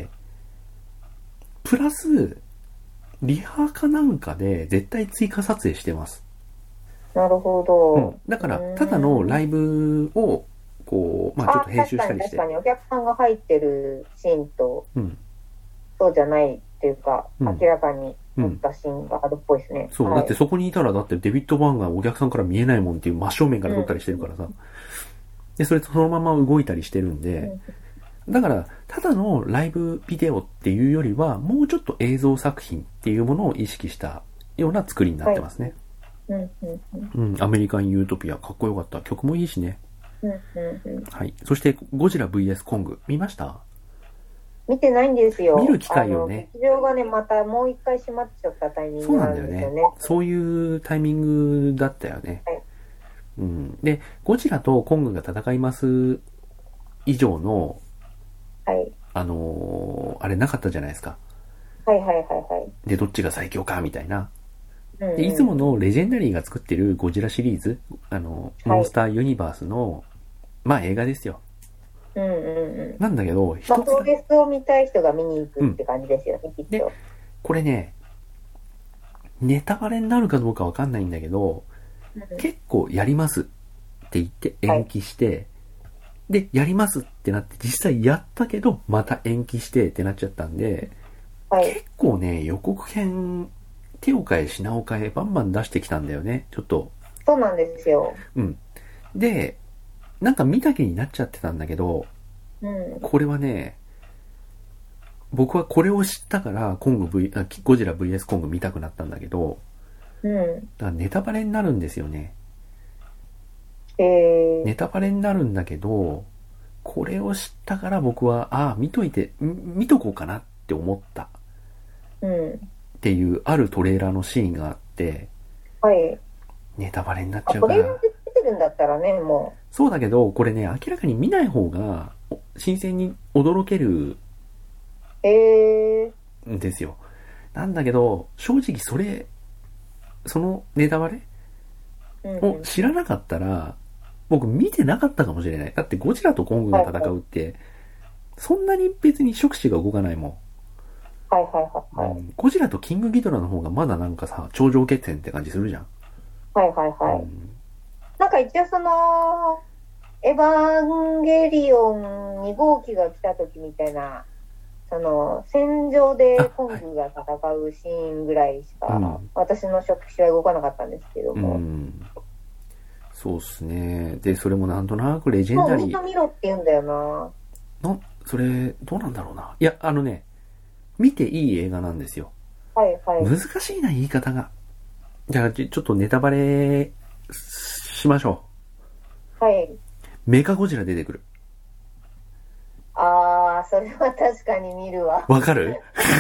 プラス、リハかなんかで絶対追加撮影してます。 なるほど。 うん。だから、ただのライブを、こう、まあちょっと編集したりして。 確かに確かに、お客さんが入ってるシーンと、うん、そうじゃないっていうか、うん、明らかに撮ったシーンがあるっぽいですね。 うん、そう、はい、だってそこにいたら、だってデビッド・バーンがお客さんから見えないもんっていう真正面から撮ったりしてるからさ。うん、で、それそのまま動いたりしてるんで、うん、だから、ただのライブビデオっていうよりは、もうちょっと映像作品っていうものを意識したような作りになってますね。はいうんうんうん、アメリカンユートピア、かっこよかった。曲もいいしね。うんうんうん、はい。そして、ゴジラ ブイエス コング、見ました？ 見てないんですよ。 見る機会をね。 劇場がね、またもう一回閉まっちゃったタイミングなんですよね。そうなんだよね。 そういうタイミングだったよね。はい。うん。で、ゴジラとコングが戦います以上の、 はい。 あのー、あれなかったじゃないですか。 はいはいはいはい。 で、どっちが最強かみたいな。でいつものレジェンダリーが作ってるゴジラシリーズ、あの、モンスターユニバースの、はい、まあ映画ですよ。 うんうんうん。 なんだけど、 一つ。まあ、プロレスを見たい人が見に行くって感じですよね、うん、きっと。で、 これね、ネタバレになるかどうかわかんないんだけど、うん、結構やりますって言って延期して、はい、で、やりますってなって実際やったけど、また延期してってなっちゃったんで、はい、結構ね、予告編、手を変え品を変えバンバン出してきたんだよね。ちょっと。 そうなんですよ。 うん。で、なんか見た気になっちゃってたんだけど、うん、これはね、僕はこれを知ったからコング V、あ、ゴジラ ブイエス コング見たくなったんだけど、うん。だからネタバレになるんですよね。 えー、 ネタバレになるんだけど、これを知ったから僕は、ああ、見といて、見とこうかなって思った。うん。っていうあるトレーラーのシーンがあって、 はい。 ネタバレになっちゃうから。 トレーラーで出てるんだったらね、もう。そうだけど、これね、明らかに見ない方が、新鮮に驚ける、 えんですよ。 なんだけど、正直それ、そのネタバレを知らなかったら、僕見てなかったかもしれない。だってゴジラとコングが戦うって、そんなに別に触手が動かないもん。 はいはいはいはい、うん。 ゴジラとキングギドラの方がまだなんかさ、頂上決戦って感じするじゃん。 はいはいはい。うん、なんか一応その、エヴァンゲリオンに号機が来た時みたいな、その、戦場でコングが戦うシーンぐらいしか、はい、私の触手は動かなかったんですけども。うん、 そうっすね。で、それもなんとなくレジェンダリー。 もうみんな見ろって言うんだよな。 な、それ、どうなんだろうな。いや、あのね、見ていい映画なんですよ。 はいはい。 難しいな、言い方が。じゃあ、ちょっとネタバレしましょう。はい。 メカゴジラ出てくる。 あー、それは確かに見るわ。 わかる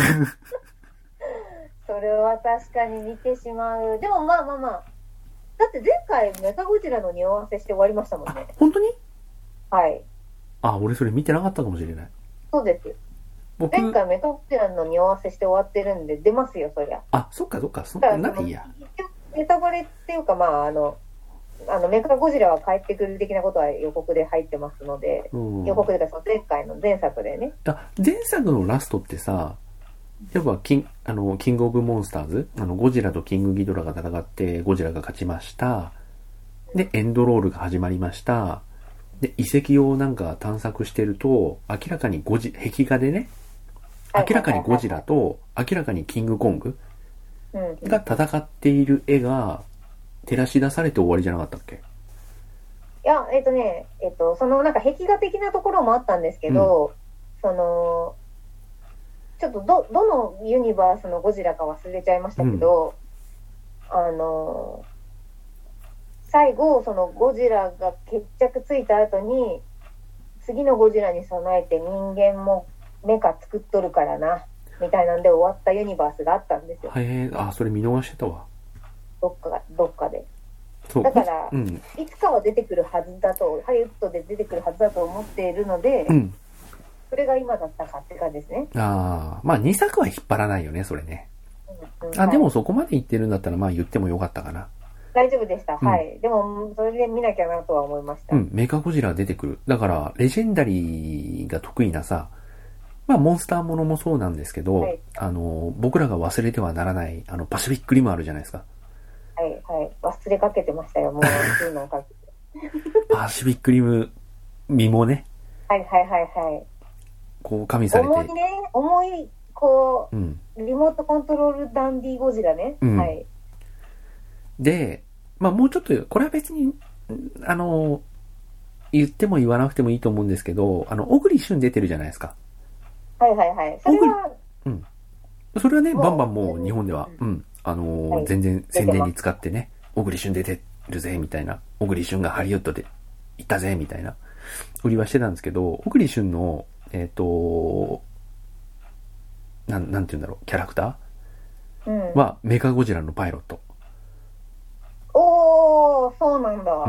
それは確かに見てしまう。でもまあまあまあ。だって前回メカゴジラの匂わせして終わりましたもんね。 本当に？ はい。 あ、俺それ見てなかったかもしれない。 そうですよ。前回メカゴジラの匂わせして終わってるんで出ますよ、そりゃ。 あ、そっかそっか。そっか、ならいいや。 ネタバレっていうかまあ、あの、あのメカゴジラは帰ってくる的なことは予告で入ってますので、うん、予告でかその前回の前作でね。 あ、前作のラストってさ、やっぱキン、あの、キングオブモンスターズ、あの、ゴジラとキングギドラが戦って、ゴジラが勝ちました。で、エンドロールが始まりました。で、遺跡をなんか探索してると、明らかにゴジ、壁画でね、明らかにゴジラと、明らかにキングコングが戦っている絵が、照らし出されて終わりじゃなかったっけ？ いや、えっとね、えっと、そのなんか壁画的なところもあったんですけど、うん、その、ちょっとど、どのユニバースのゴジラか忘れちゃいましたけど、うん、あの、最後、そのゴジラが決着ついた後に、次のゴジラに備えて人間もメカ作っとるからな、みたいなんで終わったユニバースがあったんですよ。 へえ、あ、それ見逃してたわ。 どっか、どっかで。だから、うん、いつかは出てくるはずだと、ハリウッドで出てくるはずだと思っているので、うん、それが今だったかって感じですね。 ああ、まあにさくは引っ張らないよね、それね。うんうん、あ、はい、でもそこまで言ってるんだったら、まあ言ってもよかったかな。 大丈夫でした。うん、はい。でも、それで見なきゃなとは思いました。 うん、メカゴジラ出てくる。だから、レジェンダリーが得意なさ、まあ、モンスターものもそうなんですけど、はい、あの、僕らが忘れてはならない、あの、パシフィックリムあるじゃないですか。 はい、はい。忘れかけてましたよ、もう、数年かけて。 パシフィックリム、身もね。 はいはいはいはい。 こう、加味されて。 重いね、重い、こう、うん、リモートコントロールダンディゴジラね。うん、はい。 で、まあ、もうちょっと、これは別に、あの、言っても言わなくてもいいと思うんですけど、あの、小栗旬出てるじゃないですか。 はいはいはい。それは、 うん。それはね、バンバンもう日本では、うん、うん、あのーはい、全然宣伝に使ってね、小栗旬出てるぜ、みたいな。小栗旬がハリウッドで行ったぜ、みたいな。売りはしてたんですけど、小栗旬の、えっと、なん、なんて言うんだろう、キャラクター、うん、は、メカゴジラのパイロット。 おー、そうなんだ。うん。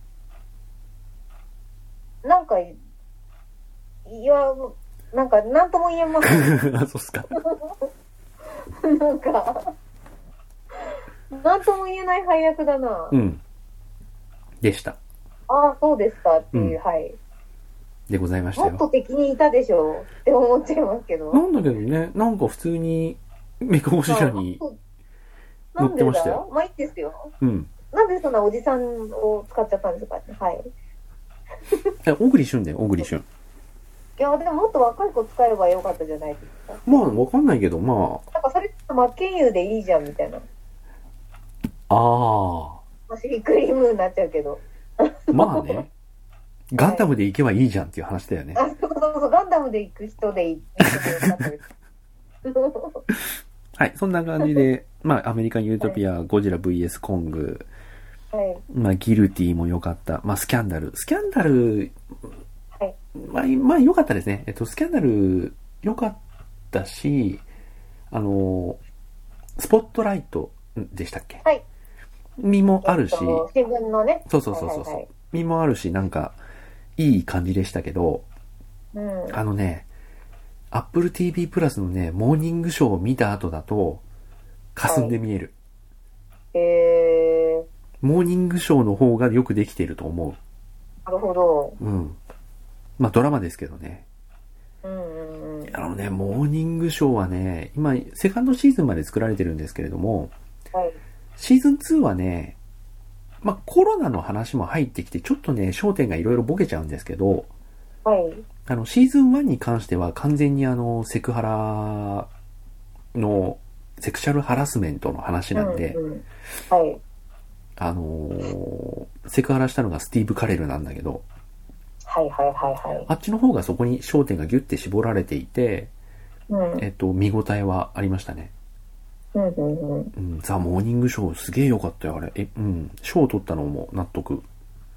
なんか、いや、なんか、なんとも言えません。 あ、そうっすか。 なんか、なんとも言えない配役だな。 うん。でした。 ああ、そうですかっていう、うん、はい。 でございましたよ。 もっと敵にいたでしょうって思っちゃいますけど。 なんだけどね、なんか普通にメカゴジラに乗ってましたよ。 まあいいですよ。うん。なんでそんなおじさんを使っちゃったんですかね。はい。 小栗旬だよ、小栗旬。 いや、でももっと若い子使えばよかったじゃないですか。 まあ、わかんないけど、まあ。なんかそれ、真剣佑でいいじゃんみたいな。ああ。 パシフィックリムになっちゃうけど。 まあね。ガンダムで行けばいいじゃんっていう話だよね。 はい、あ、そうそうそう、ガンダムで行く人で行ってもよかったです。 はい、そんな感じで、まあ、アメリカンユートピア、はい、ゴジラ ブイエス コング、はい、まあ、ギルティも良かった。まあ、スキャンダル。スキャンダル、はい、まあ、まあ、良かったですね。えっと、スキャンダル、良かったし、あの、スポットライトでしたっけ？はい。身もあるし、 自分のね。 そうそうそうそう、はいはいはい。身もあるし、なんか、いい感じでしたけど、うん、あのね、 Apple ティーブイ プラスのね、モーニングショーを見た後だと、霞んで見える。 はい、へー。 モーニングショーの方がよくできていると思う。 なるほど。 うん。まあドラマですけどね。 うんうんうん。 あのね、モーニングショーはね、今、セカンドシーズンまで作られてるんですけれども、 はい、 シーズンツーはね、まあコロナの話も入ってきて、ちょっとね、焦点がいろいろボケちゃうんですけど、 はい。 あの、シーズンワンに関しては完全にあの、セクハラの、セクシャルハラスメントの話なんで、 うんうん、はい。 あのー、セクハラしたのがスティーブ・カレルなんだけど、 はいはいはいはい。 あっちの方がそこに焦点がギュッて絞られていて、 うん、 えっと、見応えはありましたね。 うんうんうん。 うん、ザ・モーニングショーすげえ良かったよ、あれ。え、うん。賞を取ったのも納得。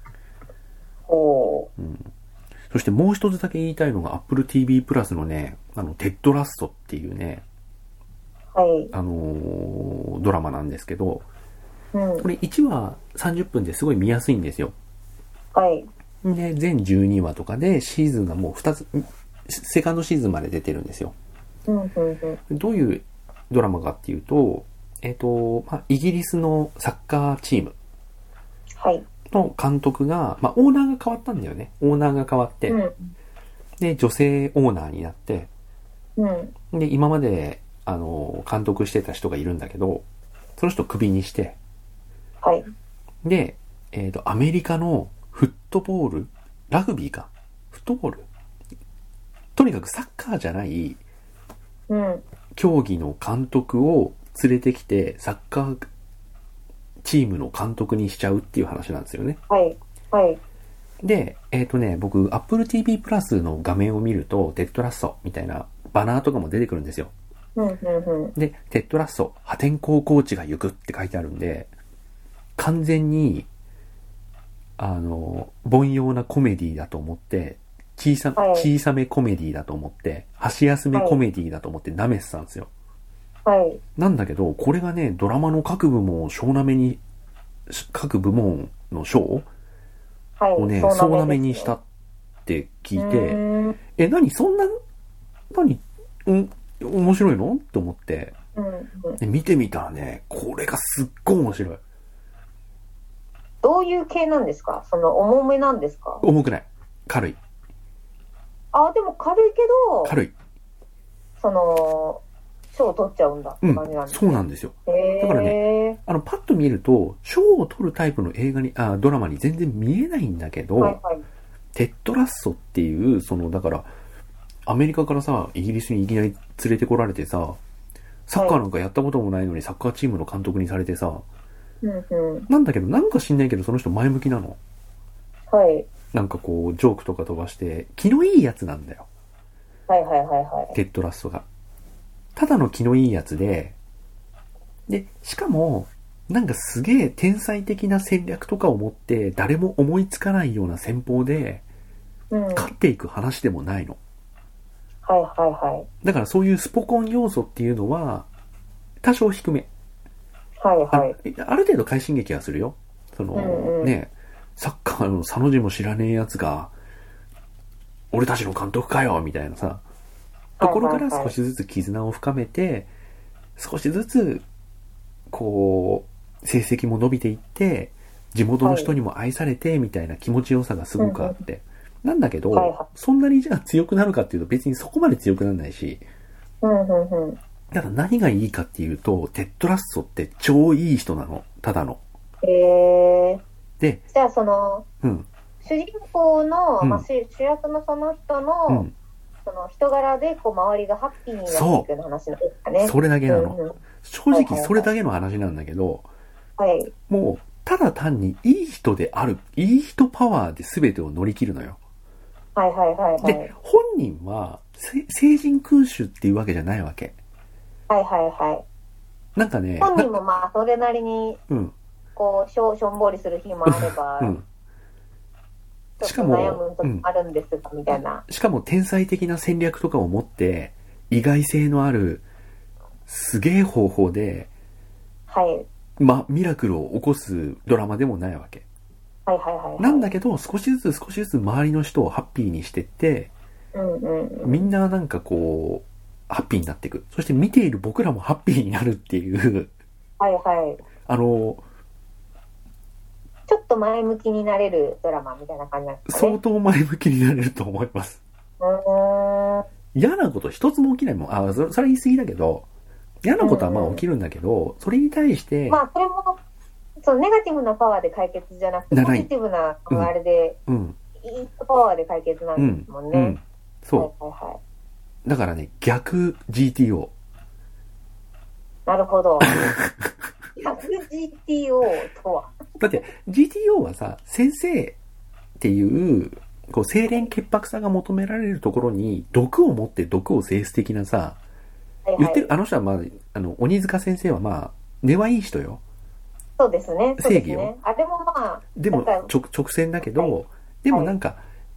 ほう。うん。そしてもう一つだけ言いたいのが Apple ティーブイ プラスのね、あの、テッドラストっていうね、 はい。 あのー、ドラマなんですけど、 うん。 これいちわさんじゅっぷんですごい見やすいんですよ。 はい。 で、全じゅうにわとかでシーズンがもうふたつ、セカンドシーズンまで出てるんですよ。 うんうんうん。 どういうドラマかっていうと、えっと、まあ、イギリスのサッカーチームはい。 の監督が、まあ、オーナーが変わったんだよね。オーナーが変わって、 うん。 で、女性オーナーになって、 うん。 で、今まで、あの、監督してた人がいるんだけど、その人をクビにして、 はい。 で、えっと、アメリカのフットボール、ラグビーか。フットボールとにかくサッカーじゃないうん。 競技の監督を連れてきて、サッカーチームの監督にしちゃうっていう話なんですよね。 はい。はい。 で、えっとね、僕、Apple ティーブイ プラスの画面を見ると、テッドラッソみたいなバナーとかも出てくるんですよ。 うんうんうん。 で、テッドラッソ、破天荒コーチが行くって書いてあるんで、完全に、あの、凡庸なコメディだと思って、小さ、 はい小さめコメディだと思って、箸休めコメディだと思って舐めてたんですよ。 はい。 なんだけど、これがね、ドラマの各部門を総なめに、各部門の賞はい。 をね、総なめにしたって聞いて、 うん。 え、何そんな、何、うん、面白いのって思って、 うんうん。 で見てみたらね、これがすっごい面白い。 どういう系なんですか？その重めなんですか？ 重くない。軽い。 あ、でも軽いけど、 軽い。 その、賞を取っちゃうんだってうん、 感じなんですそうなんですよ。 ね。 だからね、 へあの、パッと見ると、賞を取るタイプの映画に、あ、ドラマに全然見えないんだけど、 ー。はいはい。 テッドラッソっていう、その、だから、アメリカからさ、イギリスにいきなり連れてこられてさ、サッカーなんかやったこともないのにサッカーチームの監督にされてさ、 うんうん。 なんだけど、なんか知んないけど、その人前向きなの。 はい。 なんかこう、ジョークとか飛ばして、気のいいやつなんだよ。 はいはいはいはい。 テッドラッソが。ただの気のいいやつで、で、しかも、なんかすげえ天才的な戦略とかを持って、誰も思いつかないような戦法で、 うん。はい勝っていく話でもないの。 はいはい。 だからそういうスポコン要素っていうのは、多少低め。 はいはい。 あ, ある程度快進撃はするよ。その、 うんうん、 ね、サッカーのサの字も知らねえやつが、俺たちの監督かよみたいなさ、ところから少しずつ絆を深めて、少しずつ、こう、成績も伸びていって、地元の人にも愛されて、みたいな気持ちよさがすごくあって。なんだけど、 はいはい、 そんなにじゃあ強くなるかっていうと別にそこまで強くならないし、 うんうんうん、 ただ何がいいかっていうと、テッドラッソって超いい人なの。ただの。 へえ。 で、 じゃあその、 うん。 主人公の、 うんまあ、主役のその人の、 うん、 その人柄でこう周りがハッピーになっていくような話なんですかね。 それだけなの。うんうん、正直それだけの話なんだけど、 はいはいはい、 もう、ただ単にいい人である、いい人パワーで全てを乗り切るのよ。 はいはいはいはい。 で、本人は、聖人君主っていうわけじゃないわけ。 はいはいはい。 なんかね、 本人もまあそれなりに、 うん。 こう、しょ、しょんぼりする日もあれば、うん。しかも、悩む時もあるんですが、うん、みたいな。 しかも天才的な戦略とかを持って、意外性のある、すげえ方法で、 はい。 ま、ミラクルを起こすドラマでもないわけ。 はいはいはい、はい。 なんだけど、少しずつ少しずつ周りの人をハッピーにしてって、 うんうんうん、 みんななんかこう、ハッピーになっていく。そして見ている僕らもハッピーになるっていう。 はいはい。 あの、 ちょっと前向きになれるドラマみたいな感じなんですかね。 相当前向きになれると思います。 うーん。 嫌なこと一つも起きないもん。あ、それ、それ言い過ぎだけど、嫌なことはまあ起きるんだけど、うんうん、それに対して、 まあそれも、そう、ネガティブなパワーで解決じゃなくて、ポジティブな、あれで、うん、いいパワーで解決なんですもんね。うんうん、 そう、はいはいはい。だからね、逆 ジーティーオー。なるほど。逆 ジーティーオー とは。 だって ジーティーオー はさ、先生っていう、こう清廉潔白さが求められるところに毒を持って毒を制す的なさ、はいはい、言ってるあの人はまああの鬼塚先生はまあ根はいい人よ。 そうですね。 正義よ。ね、 あでもまあでも直直線だけど、はい、でもなんか、はい、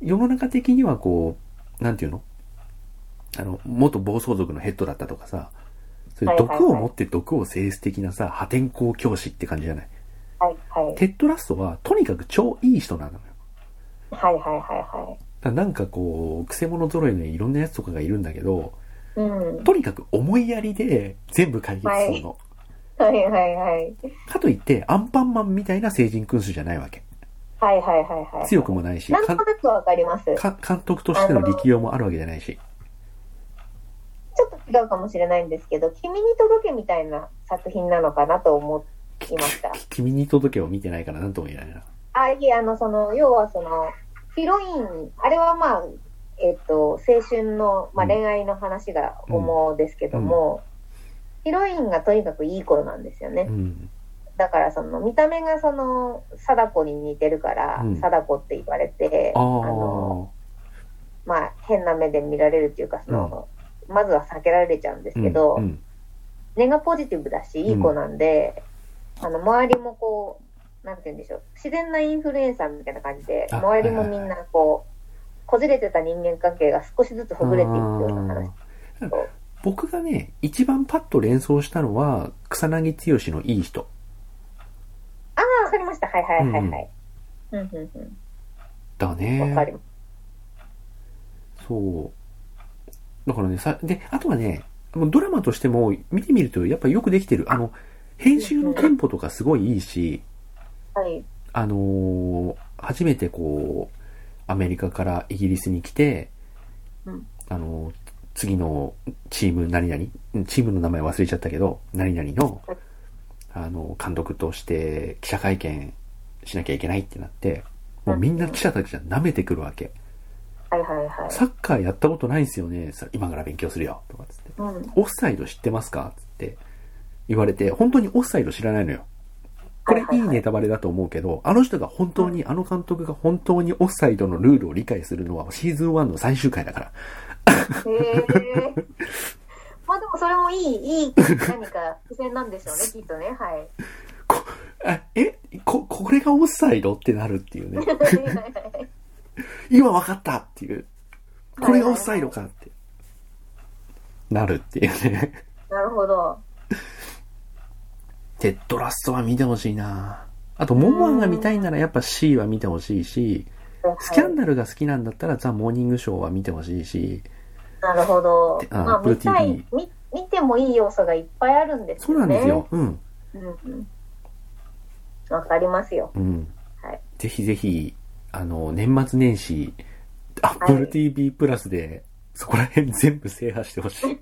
世の中的にはこうなんていうのあの元暴走族のヘッドだったとかさ、そういう毒を持って毒を制す的なさ破天荒教師って感じじゃない。 はいはい。 テッドラストはとにかく超いい人なのよ。 はいはいはいはい。 だなんかこう、くせ者揃いのいろんなやつとかがいるんだけど、 うん、 とにかく思いやりで全部解決するの。 はい、はいはいはいかといって、アンパンマンみたいな聖人君主じゃないわけ。 はいはいはいはい。 強くもないし、 なんとなくわかります。 監督としての力量もあるわけじゃないし。 ちょっと違うかもしれないんですけど、君に届けみたいな作品なのかなと思いました。 君に届けを見てないからなんとも言えないな。 あ、いえ、あの、その、要はその、ヒロイン、あれはまあ、えっと、青春の、まあ、恋愛の話が主ですけども、うんうん、ヒロインがとにかくいい子なんですよね。うん、だからその、見た目がその、貞子に似てるから、うん、貞子って言われて、あの、まあ、変な目で見られるっていうか、その、うん、まずは避けられちゃうんですけど、うんうん、根がポジティブだし、いい子なんで、うん、あの、周りもこう、なんて言うんでしょう。自然なインフルエンサーみたいな感じで、周りもみんなこう、こじれてた人間関係が少しずつほぐれていくような話。 僕がね、一番パッと連想したのは、草薙剛のいい人。 ああ、わかりました。はいはいはいはい。うんうんうん。 だね。 わかります。 そう。だからね、さ、で、あとはね、ドラマとしても見てみるとやっぱりよくできてる。あの、編集のテンポとかすごいいいし、 はい、 あのー、初めてこう、アメリカからイギリスに来て、 うん、 あのー、次のチーム何々、チームの名前忘れちゃったけど、何々の、あの、監督として記者会見しなきゃいけないってなって、もうみんな記者たちが舐めてくるわけ。 はいはいはい。 サッカーやったことないんですよね。今から勉強するよ。とかつって、うん。オフサイド知ってますかつって言われて、本当にオフサイド知らないのよ。これいいネタバレだと思うけど、はいはいはい、あの人が本当に、うん、あの監督が本当にオフサイドのルールを理解するのはシーズンワンの最終回だから。 へー。まあでもそれもいい、いい何か付箋なんでしょうね、きっとね。はい。 こあえこ、これがオフサイドってなるっていうね。今分かったっていう。これがオフサイドかって。なるっていうね。 なるほど。 テッドラストは見てほしいな。あと、モモアンが見たいならやっぱ C は見てほしいし、スキャンダルが好きなんだったらザ・モーニングショーは見てほしいし。 なるほど。まあ、見たい、見、見てもいい要素がいっぱいあるんですよね。 そうなんですよ。うん。 うんうん。わかりますよ。 うん。はい。ぜひぜひ、あの、年末年始、Apple ティーブイ プラスで、そこら辺全部制覇してほしい。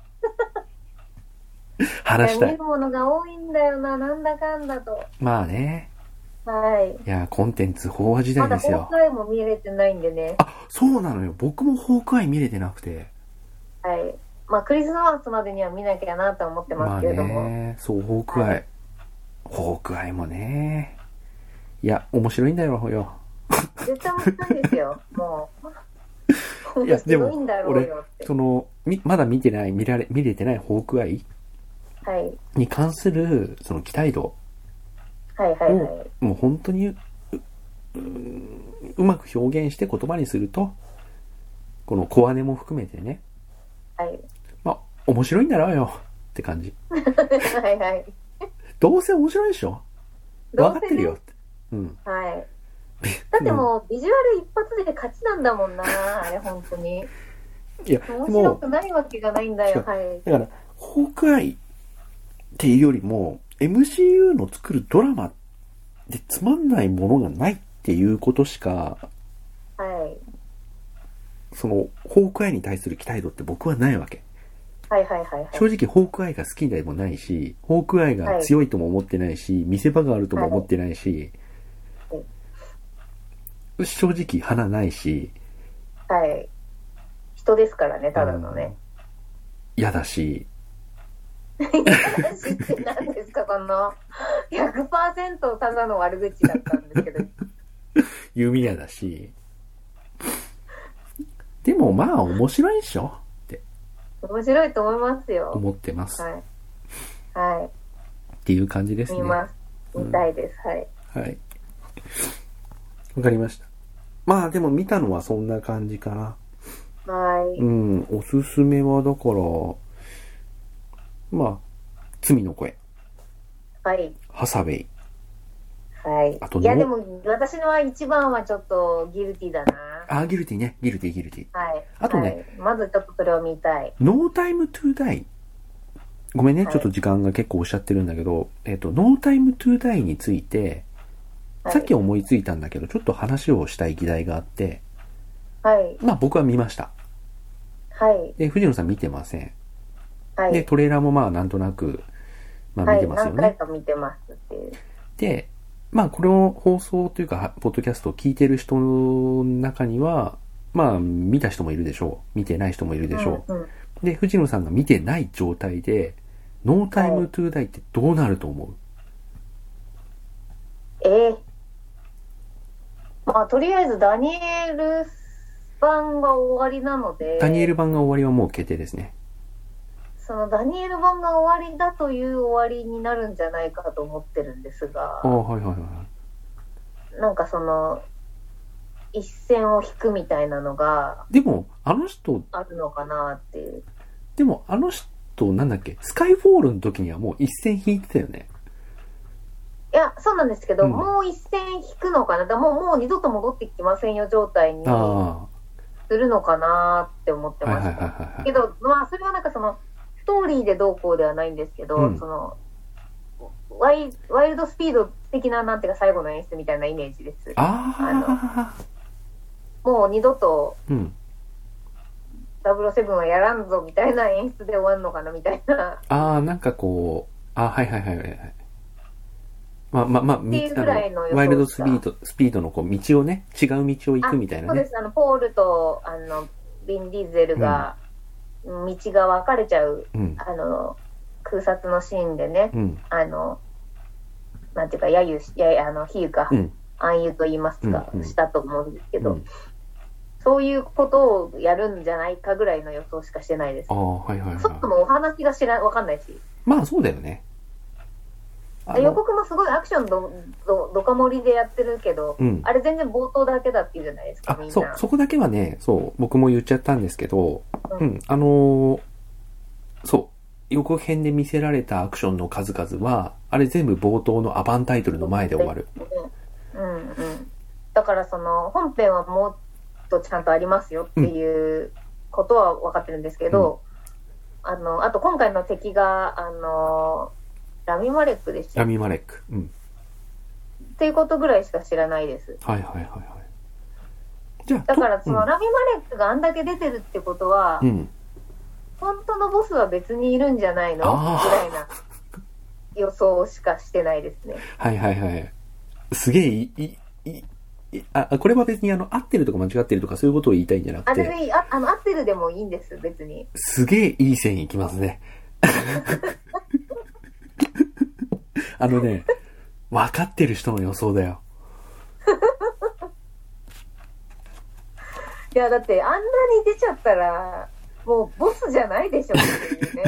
話したい。 見るものが多いんだよな、なんだかんだと。 まあね。 はい。 いや、コンテンツ飽和時代ですよ。 まだホークアイも見れてないんでね。 あ、そうなのよ。僕もホークアイ見れてなくて。 はい。まあ、クリスマスまでには見なきゃなと思ってますけれども。 まあね、そう、ホークアイ。はい、ホークアイもね。いや、面白いんだよ、よ。 絶対面白いですよ、もう。 いや、でも、俺、その、み、まだ見てない、見られ、見れてないホークアイはい。 に関する、その期待度。 はいはいはい。 もう本当にう、う、うまく表現して言葉にすると、この小姉も含めてね。 はい。 まあ、面白いんだろうよって感じ。 はいはい。 どうせ面白いでしょ分かってるよって。うん。 はい。 だってもう、ビジュアル一発で勝ちなんだもんな、あれ、本当に。 いや、 面白くないわけがないんだよ、はい。 だから、ホークアイっていうよりも、エムシーユー の作るドラマでつまんないものがないっていうことしか、 はい。 その、ホークアイに対する期待度って僕はないわけ。 はいはいはい、はい。 正直、ホークアイが好きでもないし、ホークアイが強いとも思ってないし、はい、見せ場があるとも思ってないし、はい、正直、花ないし、 はい。人ですからね、ただのね。 嫌だし。 嫌だしって何ですか、この ひゃくパーセント ただの悪口だったんですけど。 弓矢だし。でもまあ面白いっしょって。 面白いと思いますよ。 思ってます。 はい。はい。 っていう感じですね。 見ます。見たいです。うん、はい。 はい。わかりました。まあでも見たのはそんな感じかな。 はい。 うん、おすすめはだから、まあ、罪の声。 はい。 ハサウェイ。 はい。あといやでも、私のは一番はちょっとギルティだな。 あ、ギルティね。ギルティ、ギルティ。 はい。 あとね、はい、 まずちょっとそれを見たい。 ノータイムトゥーダイ。ごめんね、はい、ちょっと時間が結構おっしゃってるんだけど、えっと、ノータイムトゥーダイについて、はい、さっき思いついたんだけど、ちょっと話をしたい議題があって、 はい。 まあ僕は見ました。 はい。 で、藤野さん見てません。 はい。 で、トレーラーもまあなんとなく、まあ見てますよね。 はい、何回か見てますっていう。 で、まあこれを放送というか、ポッドキャストを聞いてる人の中には、まあ見た人もいるでしょう。見てない人もいるでしょう。うんうん、で、藤野さんが見てない状態で、ノータイムトゥーダイってどうなると思う？ はい、ええー。まあとりあえずダニエル版が終わりなので。 ダニエル版が終わりはもう決定ですね。 そのダニエル版が終わりだという終わりになるんじゃないかと思ってるんですが。 ああ、はいはいはい。 なんかその、一線を引くみたいなのが。 でも、あの人。 あるのかなっていう。 でも、あの人、なんだっけ、スカイフォールの時にはもう一線引いてたよね。 いや、そうなんですけど、うん、もう一線引くのかな。だもう、もう二度と戻ってきませんよ状態にするのかなって思ってました。けど、まあ、それはなんかその、ストーリーでどうこうではないんですけど、うん、そのワイ、ワイルドスピード的な、なんていうか最後の演出みたいなイメージです。 ああのもう二度と、うん、ダブルオーセブンはやらんぞみたいな演出で終わるのかなみたいな。 ああ、なんかこう、あはいはいはいはい。まあまあまあ、 っていうぐらいのワイルドスピード、スピードのこう道をね、違う道を行くみたいなね。 そうです。あの、ポールと、あの、ビン・ディーゼルが、うん、道が分かれちゃう、うん、あの、空撮のシーンでね、うん、あの、なんていうか、揶揄し、やあの、比喩か、うん、暗喩と言いますか、うんうん、したと思うんですけど、うん、そういうことをやるんじゃないかぐらいの予想しかしてないです。 ああ、はいはいはい。 そもそもお話が知ら、わかんないし。 まあそうだよね。 予告もすごいアクションど、ど、どか盛りでやってるけど、うん、あれ全然冒頭だけだっていうじゃないですか、みんな。 そう、そこだけはね、そう、僕も言っちゃったんですけど、うん、うん、あのー、そう、予告編で見せられたアクションの数々は、あれ全部冒頭のアバンタイトルの前で終わる。 うん、うん、うん。だからその、本編はもっとちゃんとありますよっていうことは分かってるんですけど、うん、あの、あと今回の敵が、あのー、ラミマレックでした。 ラミマレック。うん。 っていうことぐらいしか知らないです。 はいはいはいはい。じゃあ、 だからその、うん、ラミマレックがあんだけ出てるってことは、うん、本当のボスは別にいるんじゃないのぐらいな予想しかしてないですね。 はいはいはい。すげえいい、いい、あ、これは別にあの、合ってるとか間違ってるとかそういうことを言いたいんじゃなくて。 あ、全然いい。あ、あの、合ってるでもいいんです、別に。 すげえいい線いきますね。あのね、分かってる人の予想だよ。 いや、だってあんなに出ちゃったら、もうボスじゃないでしょっていうね。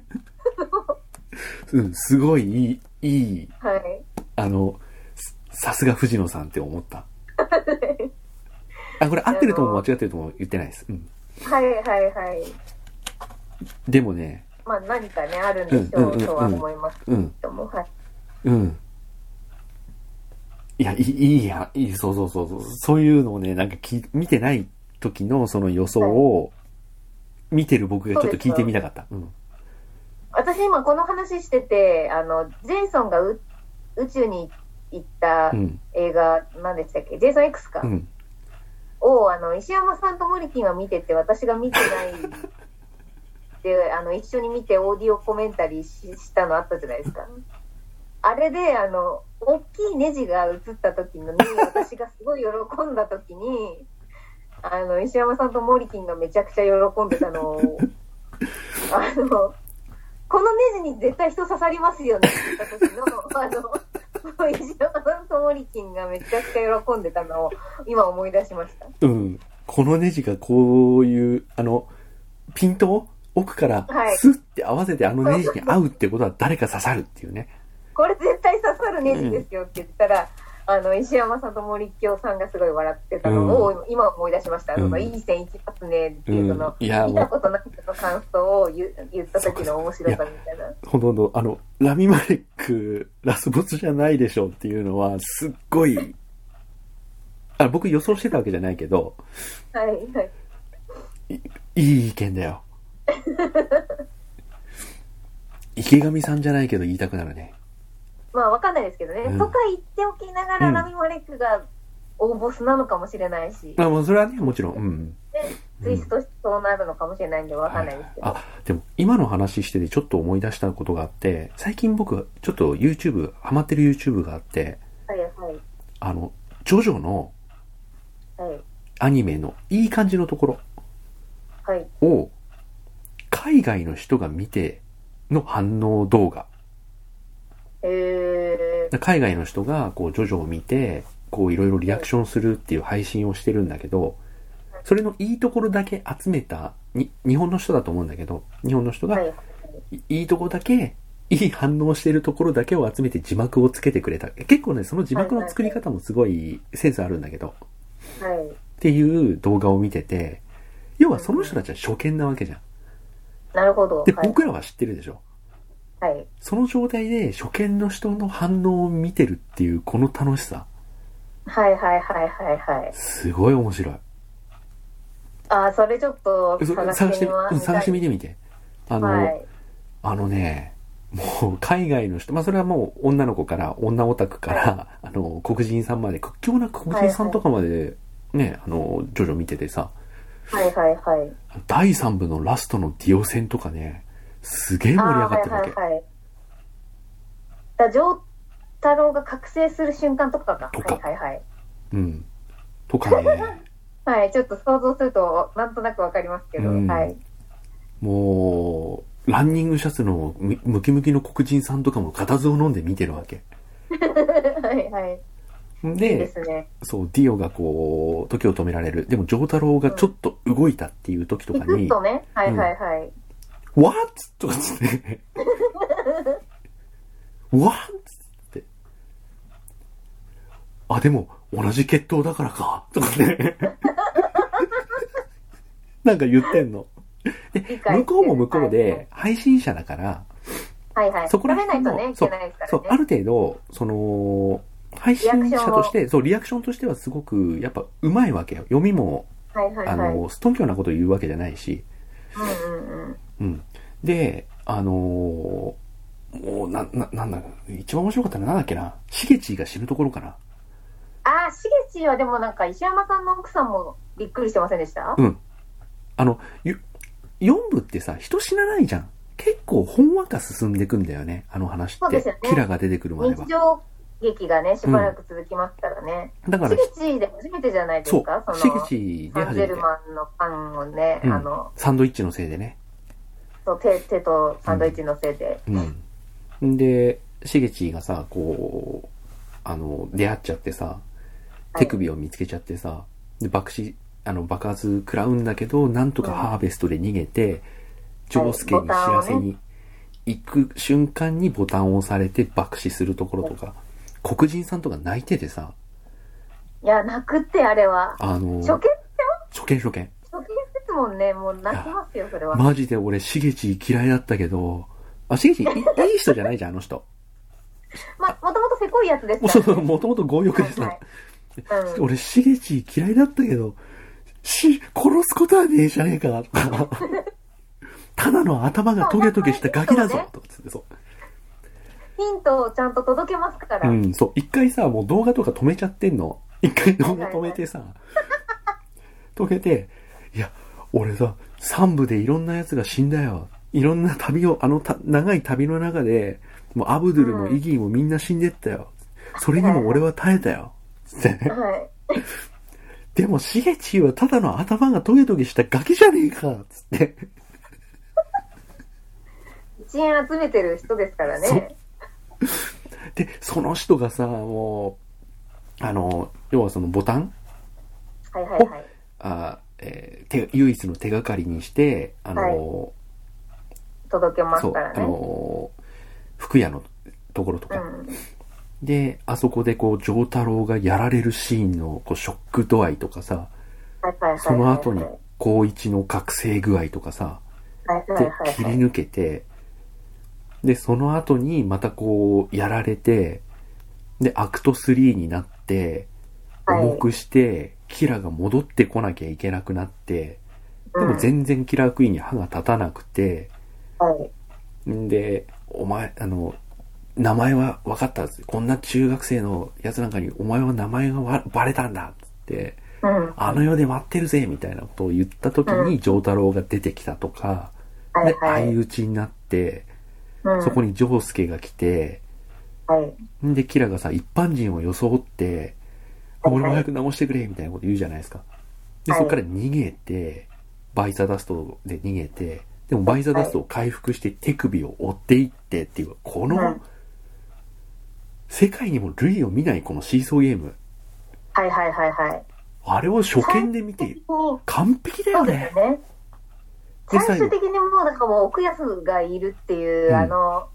うん、すごいいい、いい。 はい。 あの、さすが藤野さんって思った。あ、これ合ってるとも間違ってるとも言ってないです。うん、 はいはいはい。 でもね。 まあ何かね、あるんでしょうとは思いますけども、はい。 うん。 いや、いい、いいや、いい、そうそうそうそう。そういうのをね、なんかき見てない時のその予想を、見てる僕がちょっと聞いてみたかった。うん。 私今この話してて、あの、ジェイソンがう宇宙に行った映画、うん、何でしたっけ？ジェイソン X か。うん。を、あの、石山さんとモリキンが見てて、私が見てないで、あの、一緒に見てオーディオコメンタリー し, したのあったじゃないですか。あれで、あの、大きいネジが映った時のに、私がすごい喜んだ時に、あの、石山さんとモリキンがめちゃくちゃ喜んでたのを、あの、このネジに絶対人刺さりますよねって言った時の、あの、石山さんとモリキンがめちゃくちゃ喜んでたのを今思い出しました。 うん。このネジがこういう、あの、ピントを奥からスッて合わせてあのネジに合うってことは誰か刺さるっていうね。 これ絶対刺さるネジですよって言ったら、うん、あの、石山さんと森京さんがすごい笑ってたのを今思い出しました。うん、いい線いきますねっていうその、うん、いや見たことない人の感想を 言, 言った時の面白さみたいな。 ほとんど、あの、ラミマレック、ラスボスじゃないでしょっていうのは、すっごい、あ僕予想してたわけじゃないけど、 はい、はい。 い, いい意見だよ。池上さんじゃないけど言いたくなるね。 まあわかんないですけどね、うん、とか言っておきながら、うん、ラミマレックが大ボスなのかもしれないし、 まあもうそれはねもちろん、うん、 でツイストしてそうなるのかもしれないんでわかんないですけど、 はい、あでも今の話しててちょっと思い出したことがあって、最近僕ちょっと YouTube ハマってる YouTube があって、 はいはい、 あのジョジョのアニメのいい感じのところを海外の人が見ての反応動画、 えー、 海外の人がこうジョジョを見てこういろいろリアクションするっていう配信をしてるんだけど、それのいいところだけ集めたに日本の人だと思うんだけど、日本の人がいいところだけいい反応してるところだけを集めて字幕をつけてくれた。結構ねその字幕の作り方もすごいセンスあるんだけど、 はい、 っていう動画を見てて、要はその人たちは初見なわけじゃん。 なるほど。 で、はい、僕らは知ってるでしょ。 はい。 その状態で初見の人の反応を見てるっていうこの楽しさ。 はいはいはいはいはい。 すごい面白い。 ああ、それちょっと探してみて、探してみてみて。あの、はい、あのね、もう海外の人、まあそれはもう女の子から女オタクから、はい、あの黒人さんまで、屈強な黒人さんとかまでね、はいはい、あのジョジョ見ててさ。 はいはいはい。 だいさん部のラストのディオ戦とかね、すげえ盛り上がってるわけ。 はいはいはい。だ丈太郎が覚醒する瞬間とかか。 とか。 はいはいはい。 うん。とかね。 はい、ちょっと想像するとなんとなくわかりますけど、うん、はい。 もうランニングシャツのムキムキの黒人さんとかも固唾を飲んで見てるわけ。 はいはい。 で、 いいですね、 そう、ディオがこう、時を止められる。でも、丈太郎がちょっと動いたっていう時とかに。 ちょっとね。はいはいはい。 うん、What? とかつって。What? って。あ、でも、同じ血統だからか。とかね。なんか言ってんの。で、向こうも向こうで、配信者だから、 はいはい。 そこら辺の、 ね、 そう、そう、ある程度、その、配信者として、そう、リアクションとしてはすごく、やっぱ、うまいわけよ。読みも、 はいはいはい、あの、ストンキョなこと言うわけじゃないし。 うんうんうん。 うん。で、あのー、もう、な、な、なんだ、一番面白かったのはなんだっけな。しげちが死ぬところかな。 ああ、しげちはでもなんか、石山さんの奥さんもびっくりしてませんでした？ うん。あの、よん部ってさ、人死なないじゃん。結構、ほんわか進んでいくんだよね。あの話って。 そうですよね。 キラが出てくるまでは。 日常劇がね、しばらく続きますからね。 うん、だから、 しげちで初めてじゃないですか？ そう、しげちで初めて。 サンジェルマンのパンをね、うん、あの、 サンドイッチのせいでね。 そう、手、手とサンドイッチのせいで。 うん。うん、で、しげちがさ、こう、あの、出会っちゃってさ、手首を見つけちゃってさ、はい、で、爆死、あの、爆発食らうんだけど、なんとかハーベストで逃げて、ジョースケに知らせに行く瞬間にボタンを押されて爆死するところとか、黒人さんとか泣いててさ。 いや、泣くってあれは。 あの、 初見って初見初見。 初見ですもんね。もう泣きますよ、それは。 マジで俺、しげち嫌いだったけど、あ、しげちいい人じゃないじゃん、あの人。 まあ、もともとせこいやつですそうからね。 もともと強欲でさ、 はいはいうん、 俺、しげち嫌いだったけど、し、殺すことはねえじゃねえか、とか。ただの頭がトゲトゲしたガキだぞ、とかつってそう。 ヒントをちゃんと届けますから。 うん、そう。一回さ、もう動画とか止めちゃってんの。一回動画止めてさ、止めて、いや、俺さ、三部でいろんな奴が死んだよ。いろんな旅を、あのた長い旅の中で、もうアブドゥルもイギーもみんな死んでったよ。うん、それにも俺は耐えたよ。つってね。はい。でも、しげちはただの頭がトゲトゲしたガキじゃねえか。つって。 一円集めてる人ですからね。 で、その人がさ、もう、あの、要はそのボタンはいはいはい。 あえー、手唯一の手がかりにして、あの、はい、 届けますからね。 そう、あの、服屋のところとか。うん、で、あそこでこう、丈太郎がやられるシーンのこうショック度合いとかさ、 はいはいはいはいはい、 その後に光一の覚醒具合とかさ、 はいはいはいはい、 で切り抜けて、で、その後にまたこう、やられて、で、アクトスリーになって、重くして、はい、キラが戻ってこなきゃいけなくなって、でも全然キラークイーンに歯が立たなくて、 はい、 んで、お前、あの、名前は分かった。こんな中学生のやつなんかに、お前は名前がバレたんだっつって、 うん、 あの世で待ってるぜみたいなことを言った時に、丈太郎が出てきたとか、 うん、 で、 はいはい、 相打ちになって、 うん、 そこに丈介が来て、 はい、 で、キラがさ、一般人を装って、俺も早く直してくれみたいなこと言うじゃないですか。で、はい、そこから逃げて、バイザダストで逃げて、でもバイザダストを回復して手首を追っていってっていう、この、うん、世界にも類を見ないこのシーソーゲーム。 はいはいはいはい。 あれを初見で見て、完璧だよね。 そうですね。最終的にもうなんかもう奥安がいるっていう、うん、あの、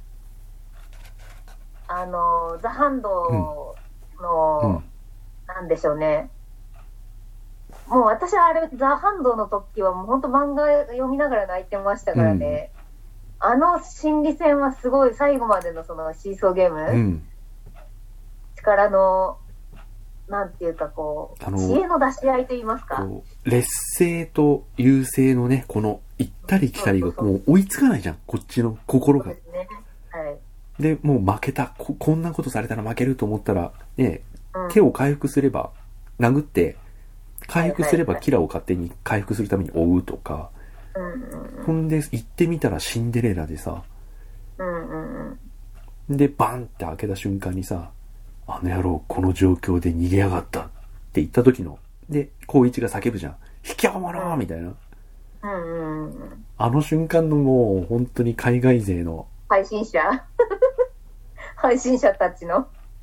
あの、ザ・ハンドの、うんうん、なんでしょうね。もう私はあれ、ザ・ハンドの時はもう本当漫画読みながら泣いてましたからね。うん、あの心理戦はすごい最後までのそのシーソーゲーム、うん、力の、なんていうかこう、知恵の出し合いと言いますか。 劣勢と優勢のね、この行ったり来たりがもう追いつかないじゃん、こっちの心が。 そうですね。はい。 で、もう負けたこ。こんなことされたら負けると思ったら、ね、うん、手を回復すれば、殴って、回復すればキラを勝手に回復するために追うとか、ほんで行ってみたらシンデレラでさ、 うんうんうん、でバンって開けた瞬間にさ、あの野郎この状況で逃げやがったって言った時の、で光一が叫ぶじゃん、引き合わなーみたいな、 うんうんうん、あの瞬間のもう本当に海外勢の配信者配信者たちの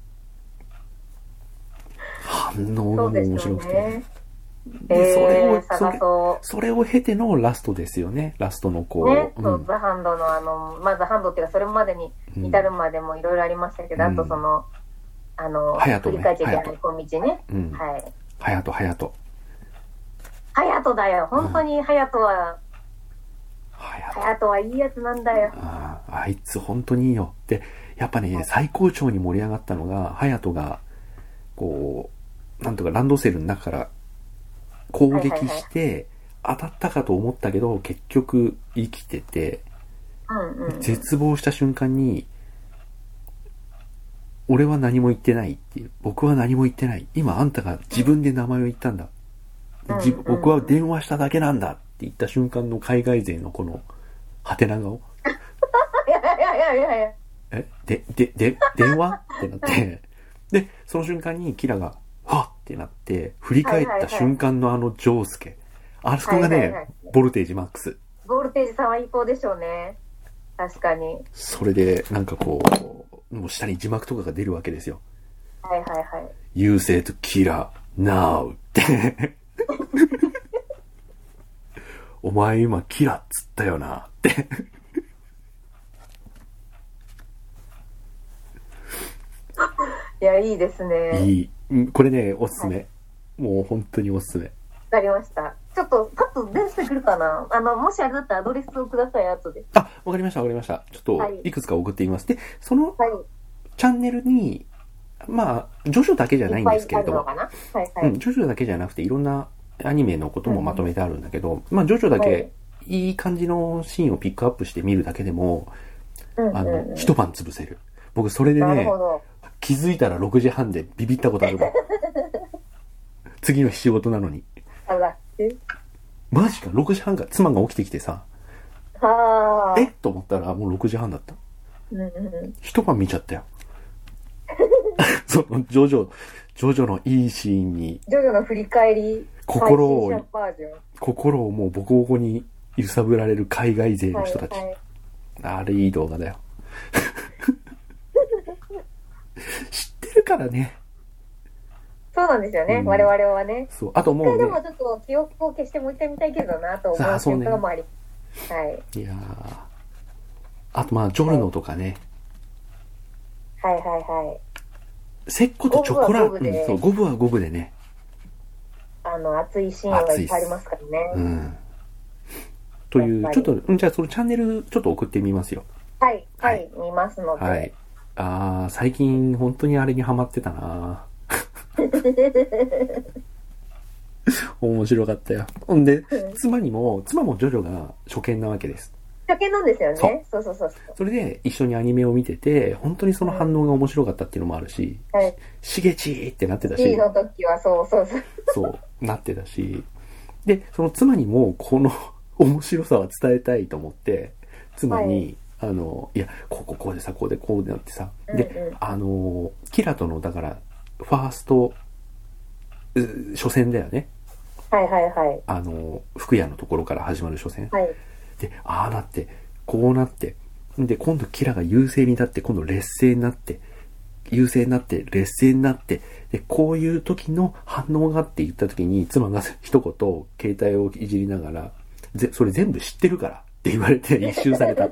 反応が面白くて、 で、それを、 それ、それを経てのラストですよね。ラストのこう。 ね、そう、うん、ザ・ハンドのあの、まあ、ザ・ハンドっていうか、それまでに至るまでもいろいろありましたけど、うん、あとその、あの、 ハヤトね、 振り返っちゃいけない小道ね。 うん、はい。ハヤト、ハヤト。 ハヤトだよ。本当にハヤトは、ハヤトはいいやつなんだよ。 ああ、あいつ本当にいいよ。で、やっぱね、最高潮に盛り上がったのが、ハヤトが、こう、なんとかランドセルの中から攻撃して当たったかと思ったけど、結局生きてて、絶望した瞬間に、俺は何も言ってないっていう、僕は何も言ってない、今あんたが自分で名前を言ったんだ、僕は電話しただけなんだって言った瞬間の海外勢のこのハテナ顔いやいやいやいやいやえででで電話ってなってでその瞬間にキラがはっってなって振り返った瞬間のあのジョースケ、あそこがね、はいはいはい、ボルテージマックス。 ボルテージ最高でしょうね。確かに。 それでなんかこうもう下に字幕とかが出るわけですよ。 はいはいはい。 You said killer now ってお前今キラっつったよなっていや、いいですね。 いい。これね、おすすめ。はい、もう本当におすすめ。わかりました。ちょっと、パッと出てくるかな。あの、もしあれだったらアドレスをください、後で。 あ、わかりました、わかりました。ちょっと、いくつか送ってみます。で、その、はい、 チャンネルに、まあ、ジョジョだけじゃないんですけれども、はいはい、うん、ジョジョだけじゃなくていろんなアニメのこともまとめてあるんだけど、うん、まあ、ジョジョだけいい感じのシーンをピックアップして見るだけでも、うん、あの、一晩潰せる。僕それでね、気づいたらろくじはんでビビったことあるもん。次の日仕事なのに。あら、えマジか、ろくじはんから妻が起きてきてさ、はえっと思ったらもうろくじはんだった。うんうん、一晩見ちゃったよ。そのジョジョ、ジョジョのいいシーンに。 ジョジョの振り返り。 心を、心をもうボコボコに揺さぶられる海外勢の人たち。はいはい、あれいい動画だよ。知ってるからね。 そうなんですよね、うん、我々はね。 そう。あともう、ね、 一回でもちょっと記憶を消してもう一回見たいけどなと思う瞬間もあり。はい。 いやー。あとまあ、ジョルノとかね。 はい、はい、はいはい。 セッコとチョコラ、うん、そう、五分は五分でね。 あの、熱いシーンがいっぱいありますからね。うん。 という、ちょっと、うん、じゃあそのチャンネルちょっと送ってみますよ。 はい、はい、はい、見ますので。はい。 あー、最近本当にあれにハマってたな面白かったよ。ほんで、妻にも、妻もジョジョが初見なわけです。 初見なんですよね。そうそうそうそう。 それで一緒にアニメを見てて、本当にその反応が面白かったっていうのもあるし、はい。しげちーってなってたし。 しの時はそうそうそう。 そう、なってたし。で、その妻にもこの面白さは伝えたいと思って、妻に、はい、あの、いや、こうこうこうでさ、こうでこうでなってさ、うんうん、で、あの、キラトの、だから、ファースト、初戦だよね。 はいはいはい。 あの、福屋のところから始まる初戦。 はい。 で、ああなって、こうなって、で、今度キラが優勢になって、今度劣勢になって、優勢になって、劣勢になって、で、こういう時の反応がって言った時に、妻が一言、携帯をいじりながら、ぜ、それ全部知ってるからって言われて一周された。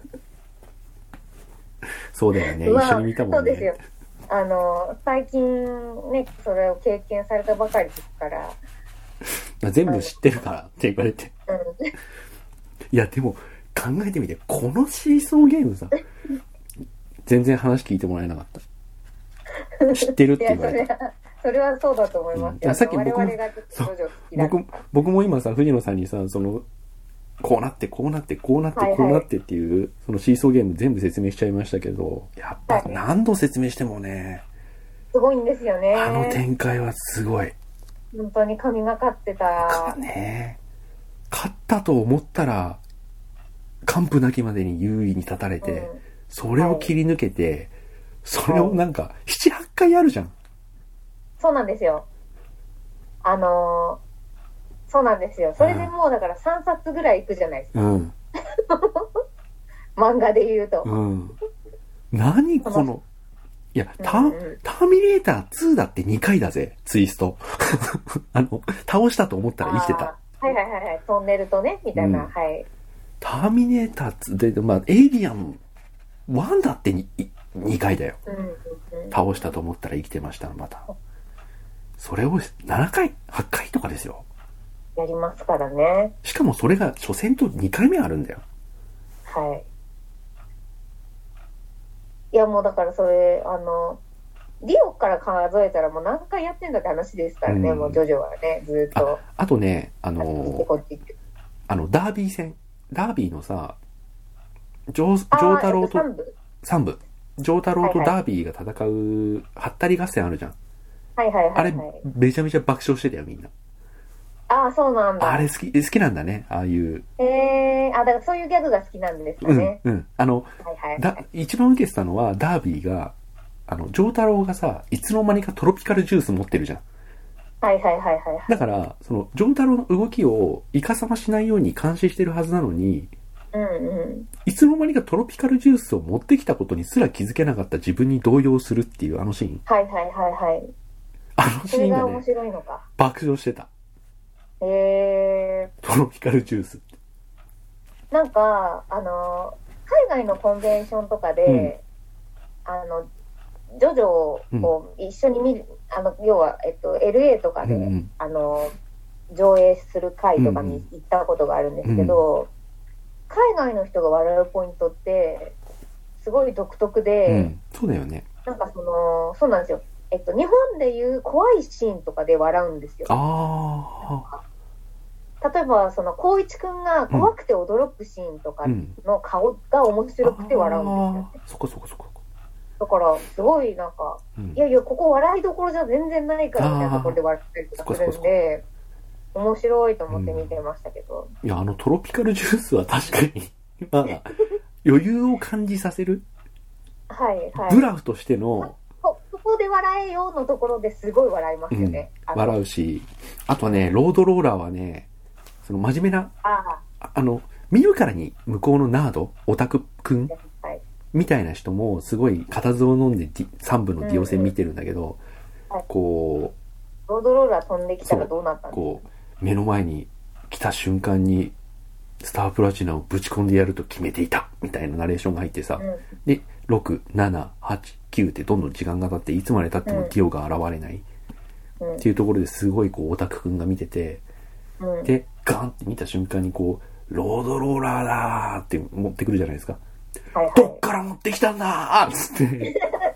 そうだよね、まあ、一緒に見たもんね。 そうですよ。あの、最近ね、それを経験されたばかりですから。 全部知ってるからって言われて。うん、いや、でも、考えてみて、このシーソーゲームさ、全然話聞いてもらえなかった。知ってるって言われた。 いや、それは、それはそうだと思いますよ。うん、 さっき僕も、我々がちょっと僕、僕も今さ、藤野さんにさ、その、こうなって、こうなって、こうなって、こうなってっていう、はいはい、そのシーソーゲーム全部説明しちゃいましたけど、やっぱ何度説明してもね、 すごいんですよね。 あの展開はすごい。 本当に神がかってた。 かね。勝ったと思ったら、完膚なきまでに優位に立たれて、うん、それを切り抜けて、はい、それをなんか、七、八回やるじゃん。 そうなんですよ。あのー、そうなんですよ。それでもうだからさんさつぐらいいくじゃないですか。うん、漫画で言うと。うん、 何この、いや、タ、うんうん、ターミネーターツーだってにかいだぜ、ツイスト。あの、倒したと思ったら生きてた。 はいはいはいはい。トンネルとね、みたいな、うん、はい。 ターミネーターツーで、まあ、エイリアンワンだって に, にかいだよ、うんうんうん。倒したと思ったら生きてました、また。それをななかい、はちかいとかですよ。 やりますからね。 しかもそれが初戦とにかいめあるんだよ。 はい。いやもうだからそれ、あの、リオから数えたらもう何回やってんだって話ですからね、うん、もうジョジョはね、ずっと。 あ、あとね、あのー、あの、ダービー戦。ダービーのさ、ジョー太郎と、えっと、さんぶ。ジョー太郎とダービーが戦う、はったり合戦あるじゃん。 はいはいはい、はい。 あれ、めちゃめちゃ爆笑してたよ、みんな。 ああ、そうなんだ。 あれ好き、好きなんだね、ああいう。 へえー、あ、だからそういうギャグが好きなんですかね。 うん、うん。あの、はいはいはい、だ一番受けてたのは、ダービーが、あの、ジョー太郎がさ、いつの間にかトロピカルジュース持ってるじゃん。 はいはいはいはい。 だから、その、ジョー太郎の動きをイカサマしないように監視してるはずなのに、 うんうん、 いつの間にかトロピカルジュースを持ってきたことにすら気づけなかった自分に動揺するっていうあのシーン。 はいはいはいはい。 あのシーンが、ね、 それが面白いのか。 爆笑してた。 へー。 トロピカルジュース。 なんか、あの、海外のコンベンションとかで、うん、あの、ジョジョを一緒に見る、うん、あの、要は、えっと、エルエー とかで、うんうん、あの、上映する会とかに行ったことがあるんですけど、うんうん、海外の人が笑うポイントって、すごい独特で、 うん、そうだよね。 なんかその、そうなんですよ。えっと、日本でいう怖いシーンとかで笑うんですよ。 ああ。 例えば、その、光一くんが怖くて驚くシーンとかの顔が面白くて笑うんですよね。 ああ、そこそこそこ。 だから、すごいなんか、うん、いやいや、ここ笑いどころじゃ全然ないからみたいなところで笑ったりとかするんで、面白いと思って見てましたけど。 うん、いや、あのトロピカルジュースは確かに、まあ、余裕を感じさせる。 はいはい。 ブラフとしての、 ここで笑えようのところですごい笑いますよね。 うん、笑うし、あとね、ロードローラーはね、その真面目な、あ, あの、見るからに向こうのナード、オタクくん、はい、みたいな人もすごい固唾を飲んでさん部のディオ戦見てるんだけど、うんうん、こう、ロードローラー飛んできたらどうなったんですか？ こう、目の前に来た瞬間に、スタープラチナをぶち込んでやると決めていたみたいなナレーションが入ってさ、うん、で、ろく、なな、はち、きゅうってどんどん時間が経っていつまで経ってもディオが現れない、うん、っていうところですごいこうオタクくんが見てて、うん、で、ガンって見た瞬間にこう、ロードローラーだーって持ってくるじゃないですか。はいはい、どっから持ってきたんだーっつって。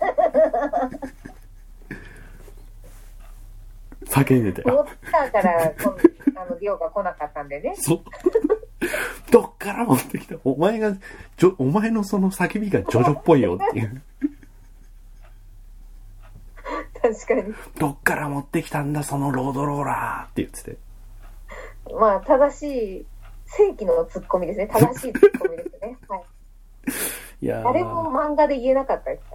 叫んでて。 持ったから、あの、ディオが来なかったんでね。 そう。どっから持ってきた？お前が、ジョ、お前のその叫びがジョジョっぽいよっていう。 確かに。 どっから持ってきたんだ、そのロードローラーって言ってて。 まあ、正しい、正規のツッコミですね。正しいツッコミですね。はい。いや誰も漫画で言えなかったです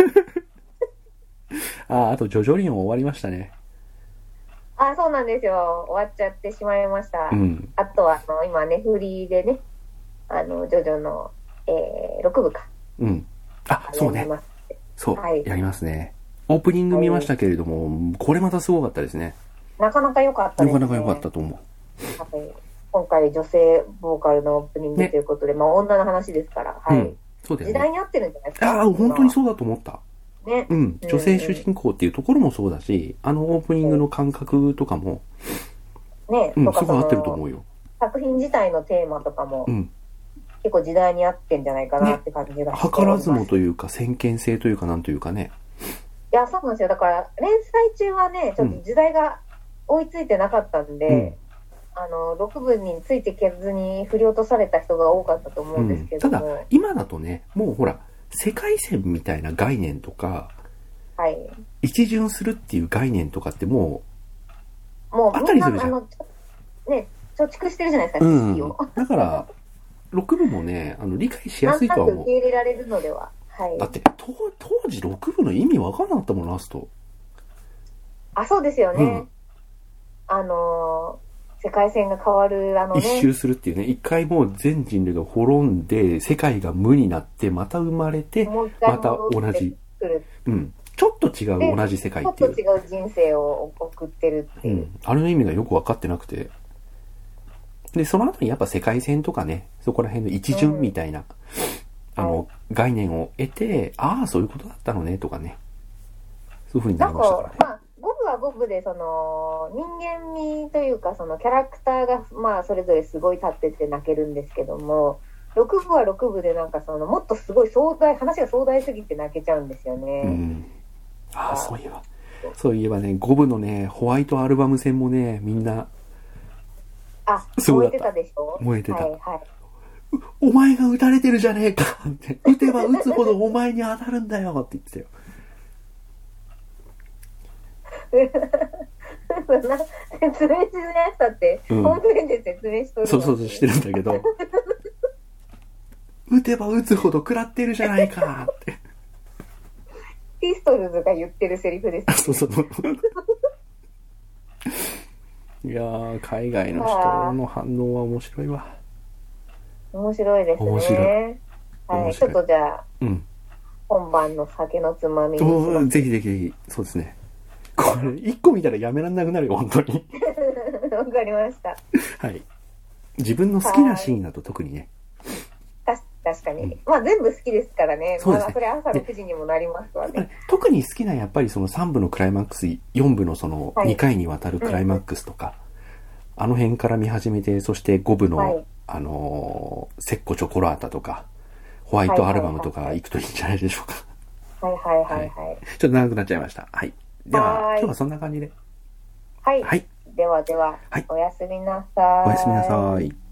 からああ、あと、ジョジョリオン終わりましたね。 あ、そうなんですよ。終わっちゃってしまいました。うん、あとは、あの、今ね、フリーでね、あの、ジョジョの、えー、ろく部か。 うん。あ、そうね。そう、はい、やりますね。オープニング見ましたけれども、はい、これまたすごかったですね。 なかなか良かったですね。 なかなか良かったと思う。はい、今回、女性ボーカルのオープニングということで、ね、まあ、女の話ですから、はい。うん、そうだよね。時代に合ってるんじゃないですか。 ああ、本当にそうだと思った。ね。うん。女性主人公っていうところもそうだし、あのオープニングの感覚とかも、 ね、 うん、すごい合ってると思うよ。 作品自体のテーマとかも、うん、結構時代に合ってんじゃないかなって感じがして、ね、 図らずもというか、先見性というか、なんというかね。 いや、そうなんですよ。だから、連載中はね、ちょっと時代が追いついてなかったんで、うん、あの、ろく部についてけずに振り落とされた人が多かったと思うんですけども、うん、 ただ、今だとね、もうほら、世界線みたいな概念とか、はい、一巡するっていう概念とかってもう、もうあったりするじゃん。あのね、貯蓄してるじゃないですか、知識を。 うん、だから、ろく部もね、あの理解しやすいとは思う。 なんとなく受け入れられるのでは。はい。 だって、当時ろく部の意味わかんなかったもん、ラスト。 あ、そうですよね。うん、あのー、世界線が変わる、あのね。 一周するっていうね、一回もう全人類が滅んで、世界が無になって、また生まれて、また同じ。うん。ちょっと違う同じ世界っていう。 ちょっと違う人生を送ってるっていう。うん。 あれの意味がよくわかってなくて。で、その後にやっぱ世界線とかね、そこら辺の一巡みたいな、うん、あの、はい、概念を得て、ああ、そういうことだったのね、とかね。そういう風になりましたからね。 まあ、ご部はご部で、その、人間味というか、そのキャラクターが、まあ、それぞれすごい立ってて泣けるんですけども、ろく部はろく部でなんかその、もっとすごい壮大、話が壮大すぎて泣けちゃうんですよね。うん。 ああ、そういえば。そういえばね、ご部のね、ホワイトアルバム戦もね、みんな、 あ、燃えてたでしょ？ 燃えてた。 はいはい。 お前が撃たれてるじゃねえかって。撃てば撃つほどお前に当たるんだよって言ってたよ。そんな説明しないやつだって、うん、本編で説明しとる。 そうそうそう、してるんだけど。撃てば撃つほど食らってるじゃないかって。 ピストルズが言ってるセリフです、ね。 そうそう。いやー、海外の人の反応は面白いわ。 面白いですね。面白い。はい、ちょっとじゃあ、うん、本番の酒のつまみにします。 ぜひぜひぜひ、そうですね。これ、一個見たらやめらんなくなるよ、本当に。 わかりました。 はい。自分の好きなシーンだと特にね。 確かに、うん。まあ全部好きですからね。そうですね。まあそれ朝ろくじにもなりますわね。 特に好きなやっぱりそのさん部のクライマックス、よん部のそのにかいにわたるクライマックスとか、はい、あの辺から見始めて、そしてご部の、はい、あのー、セッコチョコラータとか、ホワイトアルバムとか行くといいんじゃないでしょうか。 はいはいはいはい。 ちょっと長くなっちゃいました。はい。では、今日はそんな感じで。 はい。 はい。 ではでは、 はい、 おやすみなさい。 おやすみなさい。